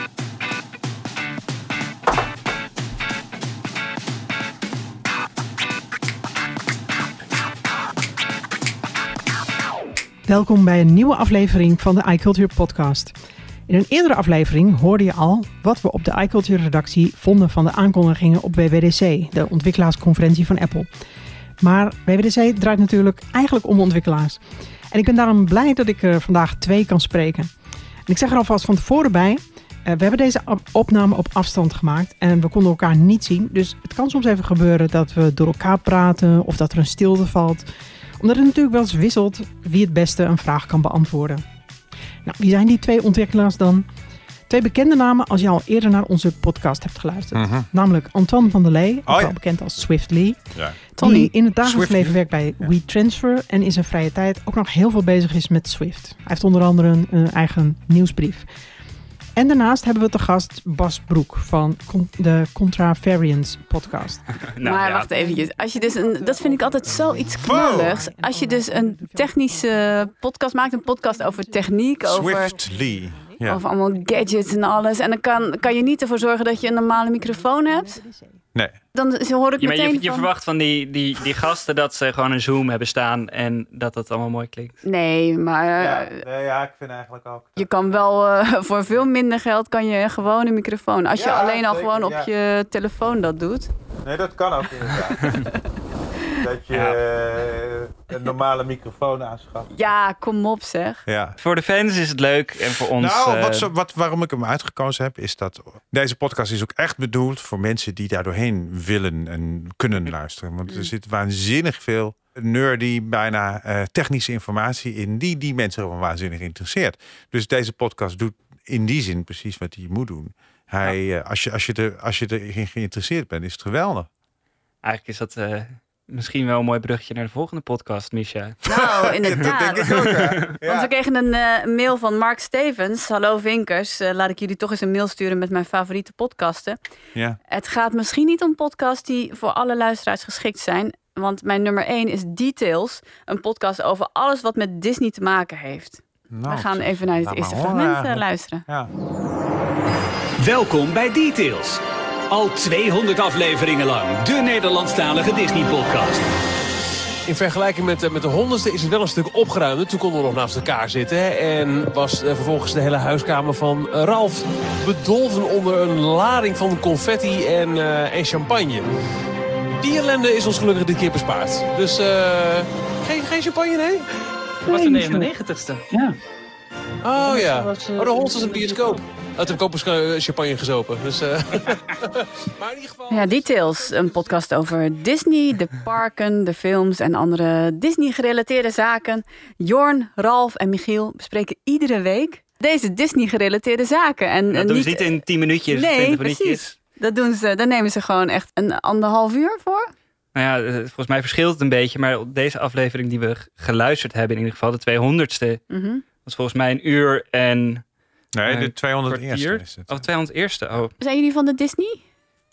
Welkom bij een nieuwe aflevering van de iCulture podcast. In een eerdere aflevering hoorde je al wat we op de iCulture redactie vonden van de aankondigingen op W W D C, de ontwikkelaarsconferentie van Apple. Maar W W D C draait natuurlijk eigenlijk om ontwikkelaars. En ik ben daarom blij dat ik er vandaag twee kan spreken. En ik zeg er alvast van tevoren bij, uh, we hebben deze opname op afstand gemaakt en we konden elkaar niet zien. Dus het kan soms even gebeuren dat we door elkaar praten of dat er een stilte valt. Omdat het natuurlijk wel eens wisselt wie het beste een vraag kan beantwoorden. Nou, wie zijn die twee ontwikkelaars dan? Twee bekende namen als je al eerder naar onze podcast hebt geluisterd. Uh-huh. Namelijk Antoine van der Lee, ook oh, ja. bekend als Swiftly. Ja. Die in het dagelijks Swiftly. leven werkt bij ja. WeTransfer en in zijn vrije tijd ook nog heel veel bezig is met Swift. Hij heeft onder andere een, een eigen nieuwsbrief. En daarnaast hebben we te gast Bas Broek van de Contravariants podcast. nou, maar ja. wacht eventjes. Als je dus een, dat vind ik altijd zoiets knulligs. Als je dus een technische podcast maakt, een podcast over techniek, over... Swiftly. Ja. Over allemaal gadgets en alles. En dan kan, kan je niet ervoor zorgen dat je een normale microfoon hebt. Nee. Dan hoor ik ja, meteen je, je van... verwacht van die, die, die gasten dat ze gewoon een Zoom hebben staan en dat het allemaal mooi klinkt. Nee, maar... Ja, nee, ja ik vind eigenlijk ook... Je kan wel uh, voor veel minder geld kan je een gewone microfoon. Als ja, je alleen al zeker, gewoon op ja. je telefoon dat doet. Nee, dat kan ook inderdaad. Dat je ja. uh, een normale microfoon aanschaft. Ja, kom op zeg. Ja. Voor de fans is het leuk en voor ons... Nou, uh... wat, zo, wat, waarom ik hem uitgekozen heb, is dat deze podcast is ook echt bedoeld voor mensen die daar doorheen willen en kunnen luisteren. Want er zit waanzinnig veel nerdy, bijna uh, technische informatie in die die mensen gewoon waanzinnig interesseert. Dus deze podcast doet in die zin precies wat hij moet doen. Hij, ja. uh, als, je, als, je er, als je erin geïnteresseerd bent, is het geweldig. Eigenlijk is dat... Uh... Misschien wel een mooi bruggetje naar de volgende podcast, Misha. Nou, inderdaad. Dat denk ik ook, hè? Ja. Want we kregen een uh, mail van Mark Stevens. Hallo Vinkers, uh, laat ik jullie toch eens een mail sturen met mijn favoriete podcasten. Ja. Het gaat misschien niet om podcasts die voor alle luisteraars geschikt zijn. Want mijn nummer één is Details. Een podcast over alles wat met Disney te maken heeft. Nou, we gaan even naar het eerste fragment uh, luisteren. Ja. Welkom bij Details. Al tweehonderd afleveringen lang, de Nederlandstalige Disney-podcast. In vergelijking met, met de honderdste is het wel een stuk opgeruimd. Toen konden we nog naast elkaar zitten. En was uh, vervolgens de hele huiskamer van uh, Ralf bedolven onder een lading van confetti en, uh, en champagne. Die ellende is ons gelukkig dit keer bespaard. Dus uh, geen, geen champagne, nee? Dat was de negenennegentigste. Ja. Oh ja, oh, de honderdste is een bioscoop. uit de kopers champagne gezopen. Dus, uh... maar in ieder geval... Ja, Details. Een podcast over Disney, de parken, de films en andere Disney-gerelateerde zaken. Jorn, Ralf en Michiel bespreken iedere week deze Disney-gerelateerde zaken. En, dat en doen niet... ze niet in tien minuutjes, nee, twintig precies. minuutjes. Dat doen ze, daar nemen ze gewoon echt een anderhalf uur voor. Nou ja, volgens mij verschilt het een beetje. Maar op deze aflevering die we geluisterd hebben, in ieder geval de tweehonderdste, Mm-hmm. was volgens mij een uur en... Nee, de uh, tweehonderdeerste is het. Oh, tweehonderdste. Oh. Zijn jullie van de Disney?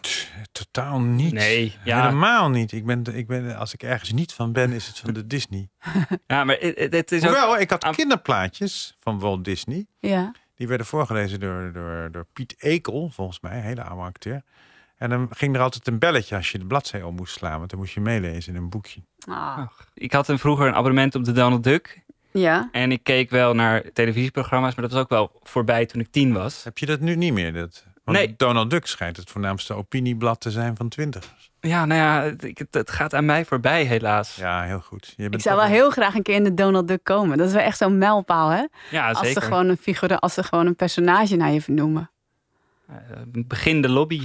Totaal niet. Nee, ja. Helemaal niet. Ik ben, ik ben, als ik ergens niet van ben, is het van de Disney. Ja, maar het, het is Hoewel, ook... ik had kinderplaatjes van Walt Disney. Ja. Die werden voorgelezen door, door, door Piet Ekel, volgens mij, een hele oude acteur. En dan ging er altijd een belletje als je de bladzij om moest slaan. Want dan moest je meelezen in een boekje. Ah. Ik had een, vroeger een abonnement op de Donald Duck. Ja. En ik keek wel naar televisieprogramma's, maar dat was ook wel voorbij toen ik tien was. Heb je dat nu niet meer? Dat? Want nee. Donald Duck schijnt het voornaamste opinieblad te zijn van twintigers. Ja, nou ja, het, het gaat aan mij voorbij helaas. Ja, heel goed. Je bent Ik zou wel heel graag een keer in de Donald Duck komen. Dat is wel echt zo'n mijlpaal, hè? Ja, als zeker. Ze gewoon een figuur, als ze gewoon een personage naar je vernoemen. Uh, begin de lobby.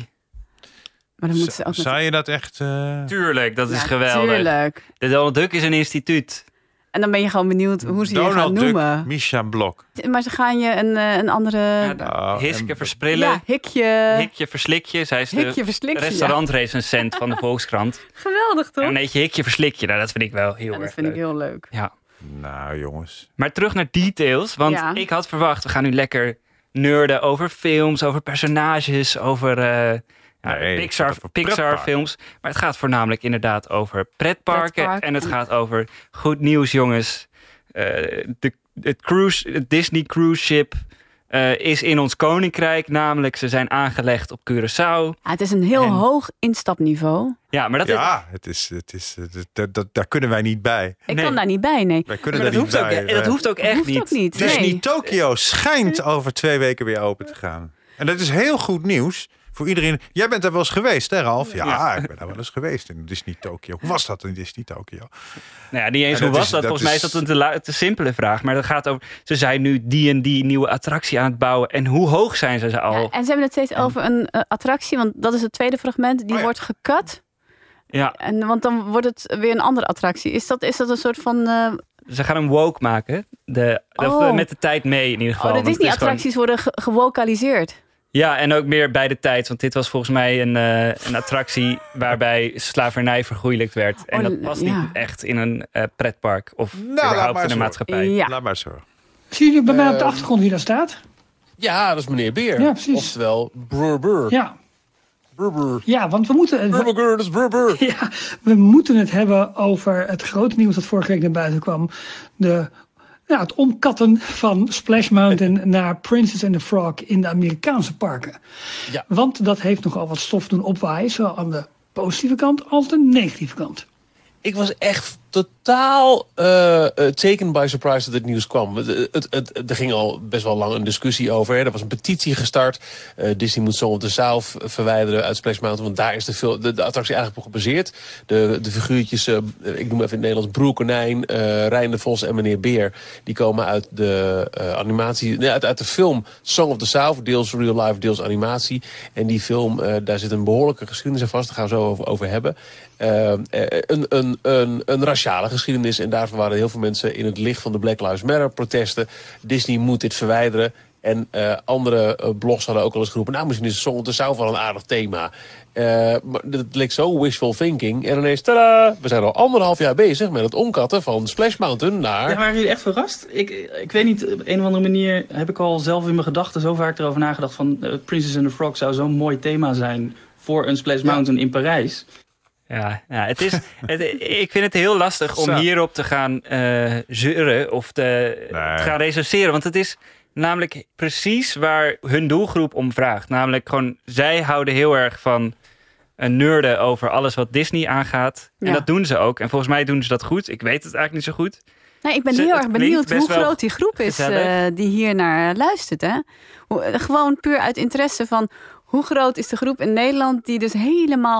Maar dan moeten ze ook zou met... je dat echt... Uh... Tuurlijk, dat is ja, geweldig. Tuurlijk. De Donald Duck is een instituut. En dan ben je gewoon benieuwd hoe ze Donald je gaan Duck, noemen. Misha Blok. Maar ze gaan je een, een andere... Ja, oh, Hiske en... Versprillen. Ja, Hikje... Hikje Verslikje. Zij is Hikje de Verslikje, restaurantrecensent ja. van de Volkskrant. Geweldig, toch? En weet je, Hikje Verslikje. Nou, dat vind ik wel heel ja, erg dat vind leuk. ik heel leuk. Ja. Nou, jongens. Maar terug naar Details. Want ja. ik had verwacht, we gaan nu lekker nerden over films, over personages, over... Uh, Ja, nee, Pixar, Pixar films. Maar het gaat voornamelijk inderdaad over pretparken. Pretpark. En het gaat over goed nieuws, jongens. Uh, de, het, cruise, het Disney cruise ship uh, is in ons koninkrijk. Namelijk, ze zijn aangelegd op Curaçao. Ja, het is een heel en... hoog instapniveau. Ja, maar dat ja, is... het is, het is, het, dat, dat, daar kunnen wij niet bij. Ik nee. kan daar niet bij, nee. Wij kunnen maar daar dat niet hoeft bij. Ook, dat hoeft ook echt hoeft niet. Ook niet. Disney nee. Tokyo schijnt over twee weken weer open te gaan. En dat is heel goed nieuws. Voor iedereen. Jij bent daar wel eens geweest, hè, Ralf? Ja, ja, ik ben daar wel eens geweest in Disney Tokyo. Hoe was dat in Disney Tokyo? Nou ja, niet eens hoe was is, dat. dat. Volgens is... mij is dat een te, te simpele vraag. Maar dat gaat over. Ze zijn nu die en die nieuwe attractie aan het bouwen. En hoe hoog zijn ze al? Ja, en ze hebben het steeds en... over een uh, attractie. Want dat is het tweede fragment. Die oh, ja. wordt gecut. Ja. En, want dan wordt het weer een andere attractie. Is dat, is dat een soort van... Uh... Ze gaan een woke maken. De, oh. of, met de tijd mee in ieder geval. Oh, de Disney-attracties gewoon... worden ge- gewokaliseerd. Ja, en ook meer bij de tijd. Want dit was volgens mij een, uh, een attractie waarbij slavernij vergoeilijkt werd. En oh, dat past ja. niet echt in een uh, pretpark of nou, überhaupt in een maatschappij. Ja. Laat maar zo. Zie jullie bij mij op de Uh, achtergrond wie daar staat? Ja, dat is meneer Beer. Ja, precies. Oftewel, Brr Brr. Ja. Brr Brr. Ja, want we moeten... Brr Brr, dat is Brr Brr. Ja, we moeten het hebben over het grote nieuws dat vorige week naar buiten kwam. De... Ja, het omkatten van Splash Mountain naar Princess and the Frog in de Amerikaanse parken. Ja. Want dat heeft nogal wat stof doen opwaaien, zowel aan de positieve kant als de negatieve kant. Ik was echt totaal uh, uh, taken by surprise dat het nieuws kwam. Het, het, het, er ging al best wel lang een discussie over. Hè. Er was een petitie gestart. Uh, Disney moet Song of the South verwijderen uit Splash Mountain. Want daar is de, veel, de, de attractie eigenlijk op gebaseerd. De, de figuurtjes, uh, ik noem even in het Nederlands Broer Konijn, uh, Rijn de Vos en meneer Beer. Die komen uit de uh, animatie, nee, uit, uit de film Song of the South. Deels real life, deels animatie. En die film, uh, daar zit een behoorlijke geschiedenis aan vast. Daar gaan we zo over, over hebben. Uh, een, een, een, een raciale geschiedenis. En daarvoor waren heel veel mensen in het licht van de Black Lives Matter protesten. Disney moet dit verwijderen. En uh, andere uh, blogs hadden ook al eens geroepen, nou, misschien is Song of the South wel een aardig thema. Uh, maar dat leek zo wishful thinking. En ineens, tada, we zijn al anderhalf jaar bezig met het omkatten van Splash Mountain naar... Ja, waren jullie echt verrast? Ik, ik weet niet, op een of andere manier heb ik al zelf in mijn gedachten zo vaak erover nagedacht van uh, Princess and the Frog zou zo'n mooi thema zijn voor een Splash Mountain ja. in Parijs. Ja, ja het is, het, ik vind het heel lastig om hierop te gaan uh, zeuren of te, nee. te gaan recenseren. Want het is namelijk precies waar hun doelgroep om vraagt. Namelijk gewoon, zij houden heel erg van een nerden over alles wat Disney aangaat. Ja. En dat doen ze ook. En volgens mij doen ze dat goed. Ik weet het eigenlijk niet zo goed. Nee, ik ben ze, heel erg benieuwd hoe groot die groep is uh, die hier naar luistert. Hè? Hoe, gewoon puur uit interesse van hoe groot is de groep in Nederland die dus helemaal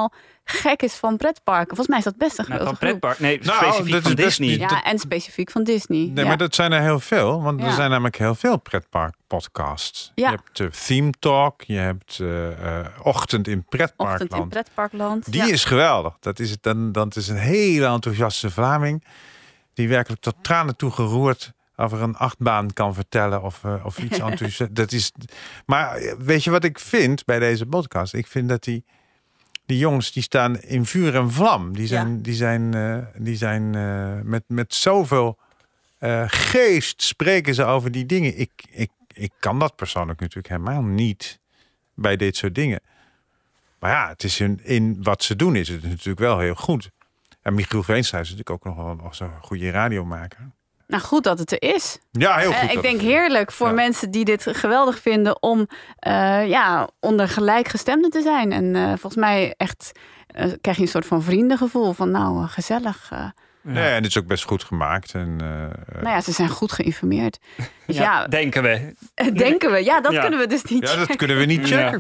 gek is van pretparken. Volgens mij is dat best een Nou, grote van groep. pretpark, nee, Nou, specifiek dat van is best Disney. niet- Ja, en specifiek van Disney. Nee, ja. maar dat zijn er heel veel. Want Ja. er zijn namelijk heel veel pretpark-podcasts. Ja. Je hebt uh, Theme Talk. Je hebt uh, uh, Ochtend in Pretparkland. Ochtend in pretparkland. Die ja. is geweldig. Dat is, het, dan, dat is een hele enthousiaste Vlaming. Die werkelijk tot tranen toe geroerd over een achtbaan kan vertellen. Of, uh, of iets enthousiast. Dat is. Maar weet je wat ik vind bij deze podcast? Ik vind dat die, die jongens die staan in vuur en vlam. Die zijn, Ja. die zijn, uh, die zijn uh, met, met zoveel uh, geest spreken ze over die dingen. Ik, ik, ik kan dat persoonlijk natuurlijk helemaal niet bij dit soort dingen. Maar ja, het is in, in wat ze doen is het natuurlijk wel heel goed. En Michiel Veenstra is natuurlijk ook nog wel nog zo'n goede radiomaker. Nou, goed dat het er is. Ja, heel goed. Uh, ik dat denk het- heerlijk voor Ja. mensen die dit geweldig vinden om uh, ja, onder gelijkgestemden te zijn. En uh, volgens mij echt uh, krijg je een soort van vriendengevoel van nou, uh, gezellig. Uh, Ja. Nee, en het is ook best goed gemaakt. En, uh, nou ja, ze zijn goed geïnformeerd. Dus Ja, ja, denken we. denken we. Ja, dat Ja. kunnen we dus niet ja, dat checken. kunnen we niet checken.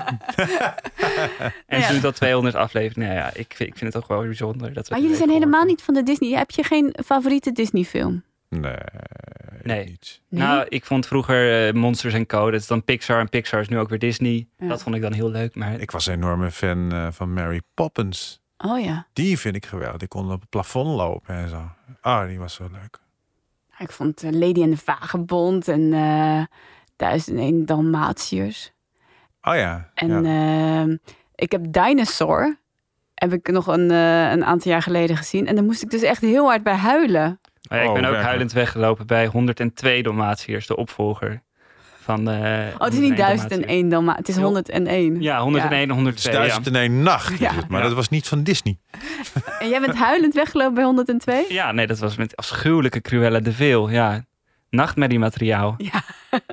En Ja. ze doen dat tweehonderd afleveringen. Nou ja, ik vind, ik vind het ook wel bijzonder. Dat we Maar het jullie zijn weten. helemaal niet van de Disney. Heb je geen favoriete Disney film? Nee, Nee. niet. Nee? Nou, ik vond vroeger uh, Monsters en Co. Dat is dan Pixar. En Pixar is nu ook weer Disney. Ja. Dat vond ik dan heel leuk. Maar Ik was een enorme fan uh, van Mary Poppins. Oh ja. Die vind ik geweldig. Die kon op het plafond lopen en zo. Ah, die was zo leuk. Ik vond uh, Lady en de Vagebond en uh, Duizend en één Dalmatiërs. Oh ja. En ja. uh, ik heb Dinosaur. Heb ik nog een, uh, een aantal jaar geleden gezien. En daar moest ik dus echt heel hard bij huilen. Maar ja, ik Oh, ben ook werkelijk. huilend weggelopen bij honderdtwee Dalmatiërs, de opvolger van. Uh, Oh, het is niet duizend en één Dalmatiërs. Het is honderd en één. Ja, honderd en één en Het is honderdtwee. duizend en één nacht. Ja. Is het, maar Ja. dat was niet van Disney. En jij bent huilend weggelopen bij honderd en twee? Ja. ja, nee, dat was met afschuwelijke Cruella de Vil. Ja, nachtmerriemateriaal. Ja.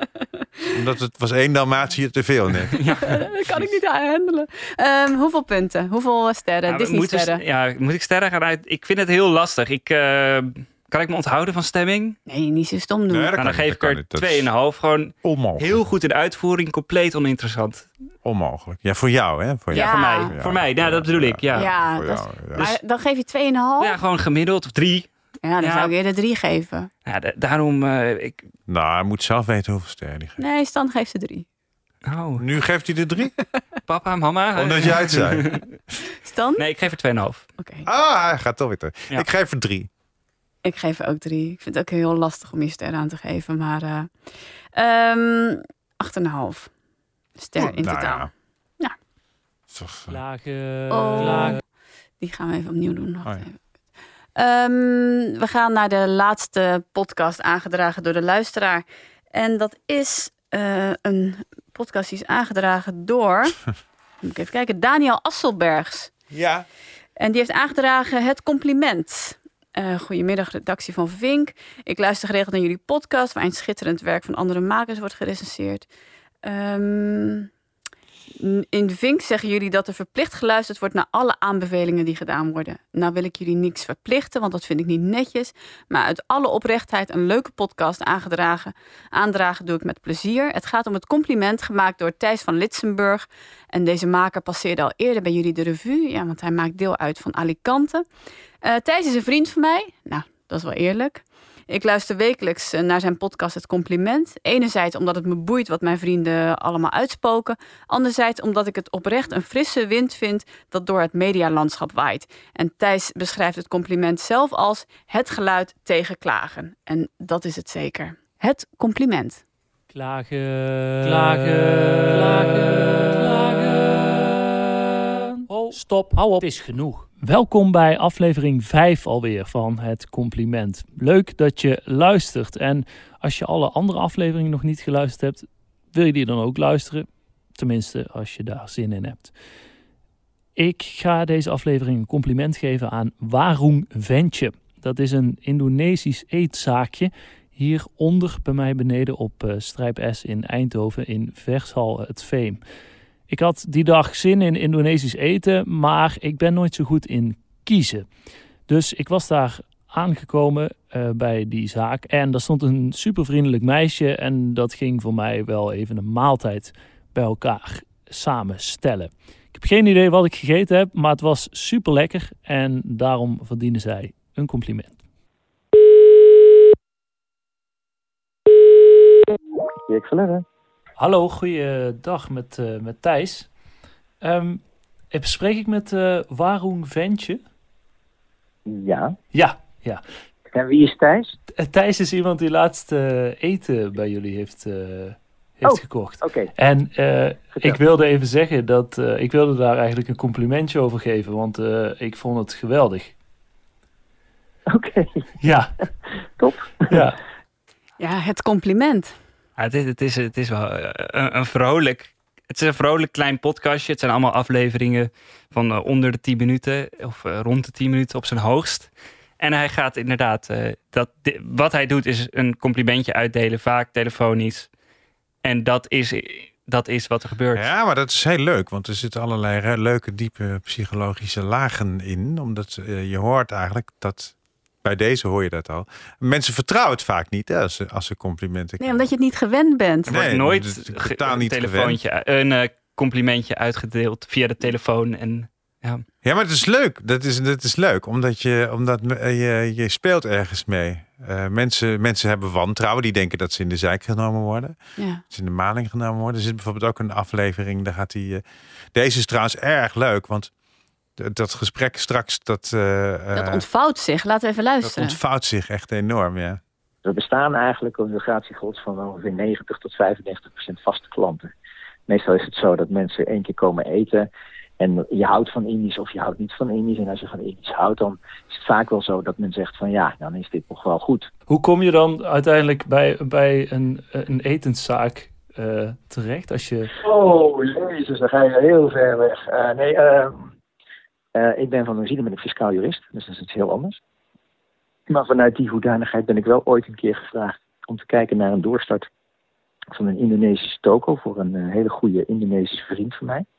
Omdat het was één Dalmatiër te veel. Nee. Dat kan ik niet handelen. Um, hoeveel punten? Hoeveel sterren? Ja, we Disney moeten sterren? st- ja, moet ik sterren gaan uit? Ik vind het heel lastig. Ik, uh, kan ik me onthouden van stemming? Nee, niet zo stom doen. Nee, dat Nou, kan dan niet, geef dat ik kan er niet. Dat twee en een half. Gewoon Onmogelijk. heel goed in de uitvoering, compleet oninteressant. Onmogelijk. Ja, voor jou, hè? Voor Ja, jou. voor mij. Ja, voor mij. Nou, dat bedoel ik. Ja, Ja, voor dat jou, is- ja. maar dan geef je twee en een half? ja gewoon gemiddeld of drie. Ja, dan Ja. zou ik eerder drie geven. Ja, da- daarom... Uh, ik... Nou, hij moet zelf weten hoeveel sterren hij geeft. Nee, Stan geeft ze drie. Oh, Nu geeft hij er drie? papa, mama. Omdat jij het zei. Stan? Nee, ik geef er twee en een half. Oké. Ah, hij gaat toch weer terug. Ja. Ik geef er drie. Ik geef er ook drie. Ik vind het ook heel lastig om je sterren aan te geven. Maar uh, um, acht en een half ster Oh, in nou totaal. ja. Ja. Toch, uh, Lagen, Oh, lagen. die gaan we even opnieuw doen. Wacht Oh, ja. even. Um, we gaan naar de laatste podcast aangedragen door de luisteraar. En dat is uh, een podcast die is aangedragen door... moet ik even kijken. Daniel Asselbergs. Ja. En die heeft aangedragen het compliment. Uh, goedemiddag, redactie van Vink. Ik luister geregeld naar jullie podcast... waarin schitterend werk van andere makers wordt gerecenseerd. Um, in Vink zeggen jullie dat er verplicht geluisterd wordt... naar alle aanbevelingen die gedaan worden. Nou wil ik jullie niks verplichten, want dat vind ik niet netjes. Maar uit alle oprechtheid een leuke podcast aangedragen. Aandragen doe ik met plezier. Het gaat om het compliment gemaakt door Thijs van Litsenburg. En deze maker passeerde al eerder bij jullie de revue. Ja, want hij maakt deel uit van Alicante. Uh, Thijs is een vriend van mij. Nou, dat is wel eerlijk. Ik luister wekelijks naar zijn podcast Het Compliment. Enerzijds omdat het me boeit wat mijn vrienden allemaal uitspoken. Anderzijds omdat ik het oprecht een frisse wind vind dat door het medialandschap waait. En Thijs beschrijft het compliment zelf als het geluid tegen klagen. En dat is het zeker. Het compliment. Klagen, klagen, klagen, klagen. Oh, stop, hou op, het is genoeg. Welkom bij aflevering vijf alweer van Het Compliment. Leuk dat je luistert. En als je alle andere afleveringen nog niet geluisterd hebt, wil je die dan ook luisteren? Tenminste, als je daar zin in hebt. Ik ga deze aflevering een compliment geven aan Warung Ventje. Dat is een Indonesisch eetzaakje hieronder bij mij beneden op uh, Strijp S in Eindhoven in Vershal het Veem. Ik had die dag zin in Indonesisch eten, maar ik ben nooit zo goed in kiezen. Dus ik was daar aangekomen uh, bij die zaak en daar stond een super vriendelijk meisje en dat ging voor mij wel even een maaltijd bij elkaar samenstellen. Ik heb geen idee wat ik gegeten heb, maar het was super lekker. En daarom verdienen zij een compliment. Dirk Verleggen. Hallo, goeiedag met, uh, met Thijs. Um, spreek ik met uh, Warung Ventje? Ja. Ja, ja. En wie is Thijs? Thijs is iemand die laatst uh, eten bij jullie heeft, uh, heeft oh, gekocht. Oké. Okay. En uh, ik wilde even zeggen dat uh, ik wilde daar eigenlijk een complimentje over geven, want uh, ik vond het geweldig. Oké. Okay. Ja. Top. Ja. Ja, het compliment. Ja, het, is, het, is, het is wel een, een vrolijk... Het is een vrolijk klein podcastje. Het zijn allemaal afleveringen van uh, onder de tien minuten. Of uh, rond de tien minuten op zijn hoogst. En hij gaat inderdaad... Uh, dat, di- wat hij doet is een complimentje uitdelen. Vaak telefonisch. En dat is, dat is wat er gebeurt. Ja, maar dat is heel leuk. Want er zitten allerlei re- leuke, diepe psychologische lagen in. Omdat uh, je hoort eigenlijk dat... Bij deze hoor je dat al. Mensen vertrouwen het vaak niet hè, als, ze, als ze complimenten krijgen. Nee, omdat je het niet gewend bent. Er wordt Nee, nooit het is ge- totaal niet een, telefoontje, een uh, complimentje uitgedeeld via de telefoon. En, ja. Ja, maar het is leuk. Dat is, dat is leuk, omdat je, omdat je, je speelt ergens mee. Uh, mensen, mensen hebben wantrouwen. Die denken dat ze in de zijk genomen worden. Ja. Dat ze in de maling genomen worden. Er zit bijvoorbeeld ook een aflevering. Daar gaat die, uh, deze is trouwens erg leuk, want dat gesprek straks, dat... Uh, dat ontvouwt zich. Laten we even luisteren. Dat ontvouwt zich echt enorm, ja. We bestaan eigenlijk op de gratiegods van ongeveer negentig tot vijfennegentig procent vaste klanten. Meestal is het zo dat mensen één keer komen eten en je houdt van Indisch of je houdt niet van Indisch. En als je van Indisch houdt, dan is het vaak wel zo dat men zegt van ja, dan is dit nog wel goed. Hoe kom je dan uiteindelijk bij, bij een, een etenszaak uh, terecht? Als je... Oh, jezus, dan ga je heel ver weg. Uh, nee, uh, uh, ik ben van origine ben ik fiscaal jurist, dus dat is iets heel anders. Maar vanuit die hoedanigheid ben ik wel ooit een keer gevraagd om te kijken naar een doorstart van een Indonesische toko voor een uh, hele goede Indonesische vriend van mij.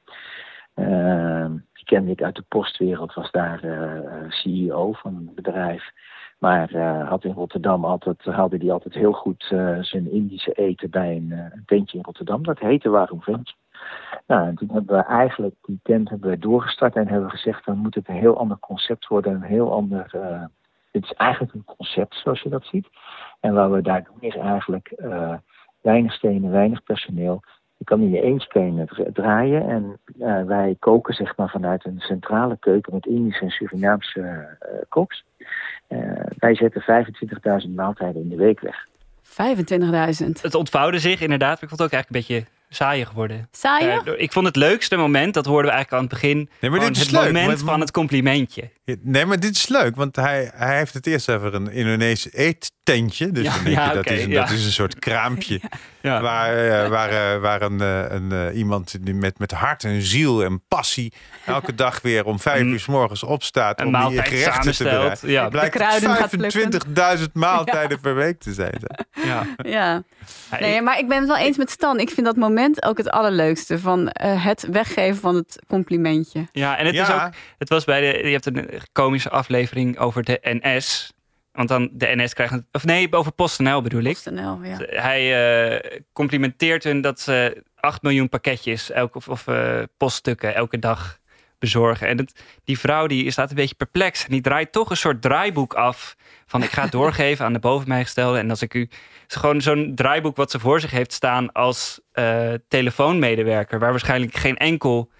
Uh, die kende ik uit de postwereld, was daar uh, C E O van een bedrijf. Maar uh, had in Rotterdam altijd, haalde hij altijd heel goed uh, zijn Indische eten bij een, uh, een tentje in Rotterdam. Dat heette Warung Ventje. Nou, en toen hebben we eigenlijk die tent hebben we doorgestart en hebben we gezegd, dan moet het een heel ander concept worden, een heel ander... Uh, dit is eigenlijk een concept zoals je dat ziet. En wat we daar doen is eigenlijk uh, weinig stenen, weinig personeel. Je kan in je één steen draaien en uh, wij koken zeg maar vanuit een centrale keuken met Indische en Surinaamse uh, koks. Uh, wij zetten vijfentwintigduizend maaltijden in de week weg. vijfentwintigduizend. Het ontvouwde zich inderdaad. Ik vond het ook eigenlijk een beetje saaier geworden. Saaier? Uh, ik vond het leukste moment, dat hoorden we eigenlijk aan het begin. Nee, maar dit is het leuk, moment maar- van het complimentje. Nee, maar dit is leuk, want hij, hij heeft het eerst over een Indonesisch eettentje. Dus Ja, dan denk je, ja, dat, oké, is een, ja. dat is een soort kraampje. Ja. Waar, uh, waar, uh, waar een, uh, een, uh, iemand die met, met hart en ziel en passie elke dag weer om vijf uur 's morgens opstaat een om die maaltijd gerechten te samenstelt. bereiden. Ja. Het blijkt De kruiden gaat plukken. vijfentwintigduizend maaltijden per week te zijn. Ja. Ja. Nee, maar ik ben het wel eens met Stan. Ik vind dat moment ook het allerleukste van uh, het weggeven van het complimentje. Ja, en het is Ja. ook. Het was bij de. Je hebt een komische aflevering over de N S. Want dan de N S krijgt. Of nee, over PostNL bedoel ik. PostNL, ja. Hij uh, complimenteert hun dat ze acht miljoen pakketjes elke, of, of uh, poststukken elke dag bezorgen. En het, die vrouw die staat een beetje perplex. En die draait toch een soort draaiboek af. Van ik ga het doorgeven aan de boven mij gestelde. En als ik u. Het is gewoon zo'n draaiboek wat ze voor zich heeft staan als uh, telefoonmedewerker. Waar waarschijnlijk geen enkel.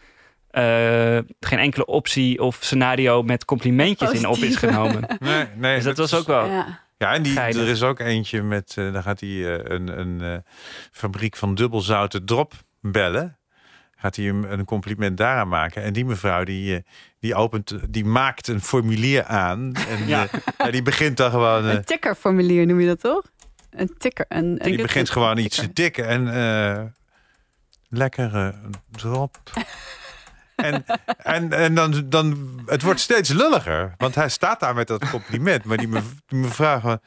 Uh, geen enkele optie of scenario met complimentjes in op is genomen. Nee, nee, Dus dat was ook wel. Ja. Ja, en die, Geinig. er is ook eentje met, uh, dan gaat hij uh, een, een uh, fabriek van dubbelzouten drop bellen. Gaat hij hem een compliment daaraan maken. En die mevrouw die, uh, die opent, die maakt een formulier aan. En Ja. uh, ja, die begint dan gewoon. Uh, Een tikkerformulier noem je dat toch? Een tikker. Een, een die begint gewoon iets te tikken. En uh, lekkere drop. En, en, en dan, dan, het wordt steeds lulliger. Want hij staat daar met dat compliment. Maar die, mev- die mevrouw van,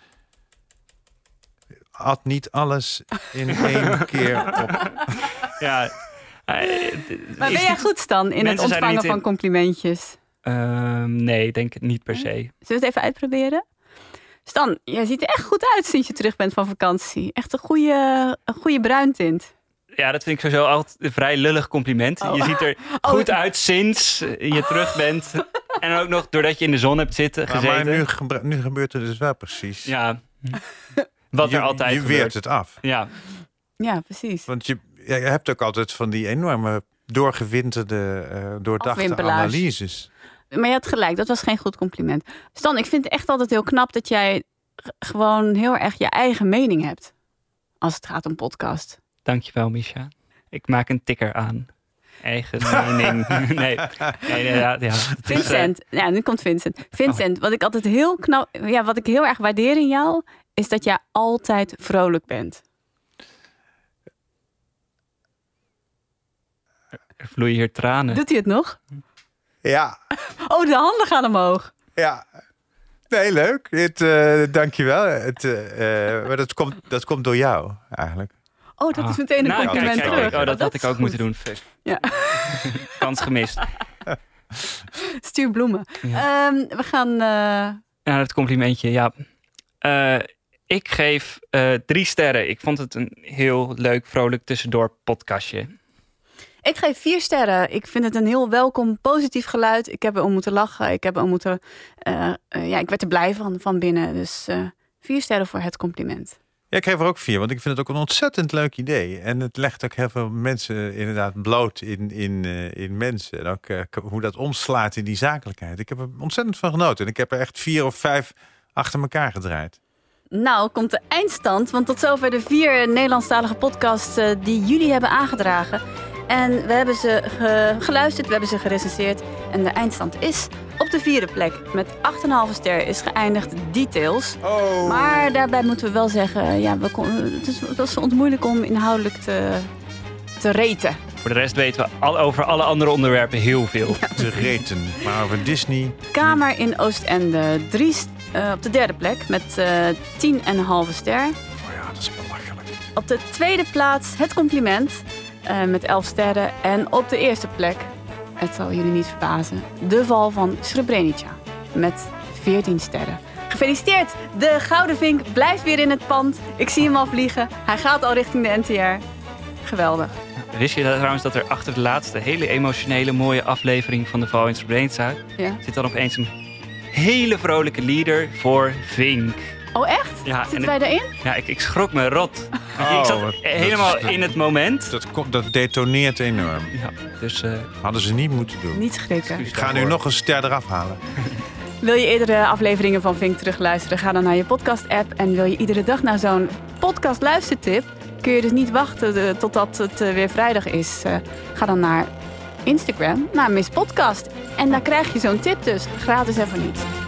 at niet alles in één keer op. Ja. Hij- Maar is ben jij niet- goed, Stan, in het Mensen zijn er ontvangen niet van in- complimentjes? Ehm, nee, ik denk het niet per se. Zullen we het even uitproberen? Stan, jij ziet er echt goed uit sinds je terug bent van vakantie. Echt een goede, een goede bruintint. Ja, dat vind ik sowieso altijd een vrij lullig compliment. Oh. Je ziet er Oh, goed ik- uit sinds je terug bent. En ook nog doordat je in de zon hebt zitten, Maar, gezeten. maar nu, gebra- nu gebeurt het dus wel precies. Ja, wat je, er altijd Je gebeurt. weert het af. Ja. Ja, precies. Want je, ja, je hebt ook altijd van die enorme doorgewinterde, uh, doordachte Afwimpelaars. analyses. Maar je had gelijk, dat was geen goed compliment. Stan, ik vind het echt altijd heel knap dat jij g- gewoon heel erg je eigen mening hebt. Als het gaat om podcast. Dankjewel, Misha. Ik maak een tikker aan. Eigen mening. nee, nee, nee, ja, ja. Het is, eh, Vincent, ja, nu komt Vincent. Vincent, wat ik altijd heel knap, ja, wat ik heel erg waardeer in jou, is dat jij altijd vrolijk bent. er vloeien hier tranen. Doet hij het nog? Ja. Oh, de handen gaan omhoog. Ja. Nee, leuk. Het, uh, dankjewel. Het, uh, uh, maar dat komt, dat komt door jou, eigenlijk. Oh, dat is meteen een Nou, compliment kijk, kijk, terug. kijk. Oh, dat, dat had ik ook is moeten goed. doen. Fuck. Ja. Kans gemist. Stuur bloemen. Ja. Um, we gaan... Uh... Ja, het complimentje, ja. Uh, ik geef uh, drie sterren. Ik vond het een heel leuk, vrolijk tussendoor podcastje. Ik geef vier sterren. Ik vind het een heel welkom, positief geluid. Ik heb er om moeten lachen. Ik heb er om moeten... Uh, uh, ja, ik werd er blij van, van binnen. Dus uh, vier sterren voor het compliment. Ja, ik geef er ook vier, want ik vind het ook een ontzettend leuk idee. En het legt ook heel veel mensen inderdaad bloot in, in, uh, in mensen. En ook uh, hoe dat omslaat in die zakelijkheid. Ik heb er ontzettend van genoten. En ik heb er echt vier of vijf achter elkaar gedraaid. Nou, komt de eindstand. Want tot zover de vier Nederlandstalige podcasts uh, die jullie hebben aangedragen. En we hebben ze ge- geluisterd, we hebben ze gerecenseerd. En de eindstand is op de vierde plek. Met acht komma vijf ster is geëindigd Details. Oh. Maar daarbij moeten we wel zeggen... Ja, we kon, het, is, het was ons moeilijk om inhoudelijk te, te reten. Voor de rest weten we al, over alle andere onderwerpen heel veel. Ja. Te reten. Maar over Disney... Kamer in Oostende. Drie, uh, op de derde plek met uh, tien komma vijf ster. Oh ja, dat is belachelijk. Op de tweede plaats Het Compliment... Uh, met elf sterren. En op de eerste plek, het zal jullie niet verbazen, De Val van Srebrenica met veertien sterren. Gefeliciteerd! De Gouden Vink blijft weer in het pand. Ik zie hem al vliegen. Hij gaat al richting de N T R. Geweldig. Wist je dat, trouwens dat er achter de laatste hele emotionele mooie aflevering van De Val in Srebrenica ja. zit dan opeens een hele vrolijke lieder voor Vink. Oh echt? Ja, Zitten wij daarin? Ja, ik, ik schrok me rot. Oh, ik zat dat, helemaal dat, in het moment. Dat, dat, dat detoneert enorm. Ja, dus, uh, hadden ze niet moeten doen. Niet schrikken. Ik ga nu nog een ster eraf halen. Wil je eerdere afleveringen van Vink terugluisteren? Ga dan naar je podcast-app. En wil je iedere dag naar zo'n podcast-luistertip? Kun je dus niet wachten de, totdat het uh, weer vrijdag is. Uh, ga dan naar Instagram, naar Miss Podcast. En daar krijg je zo'n tip dus. Gratis even niet.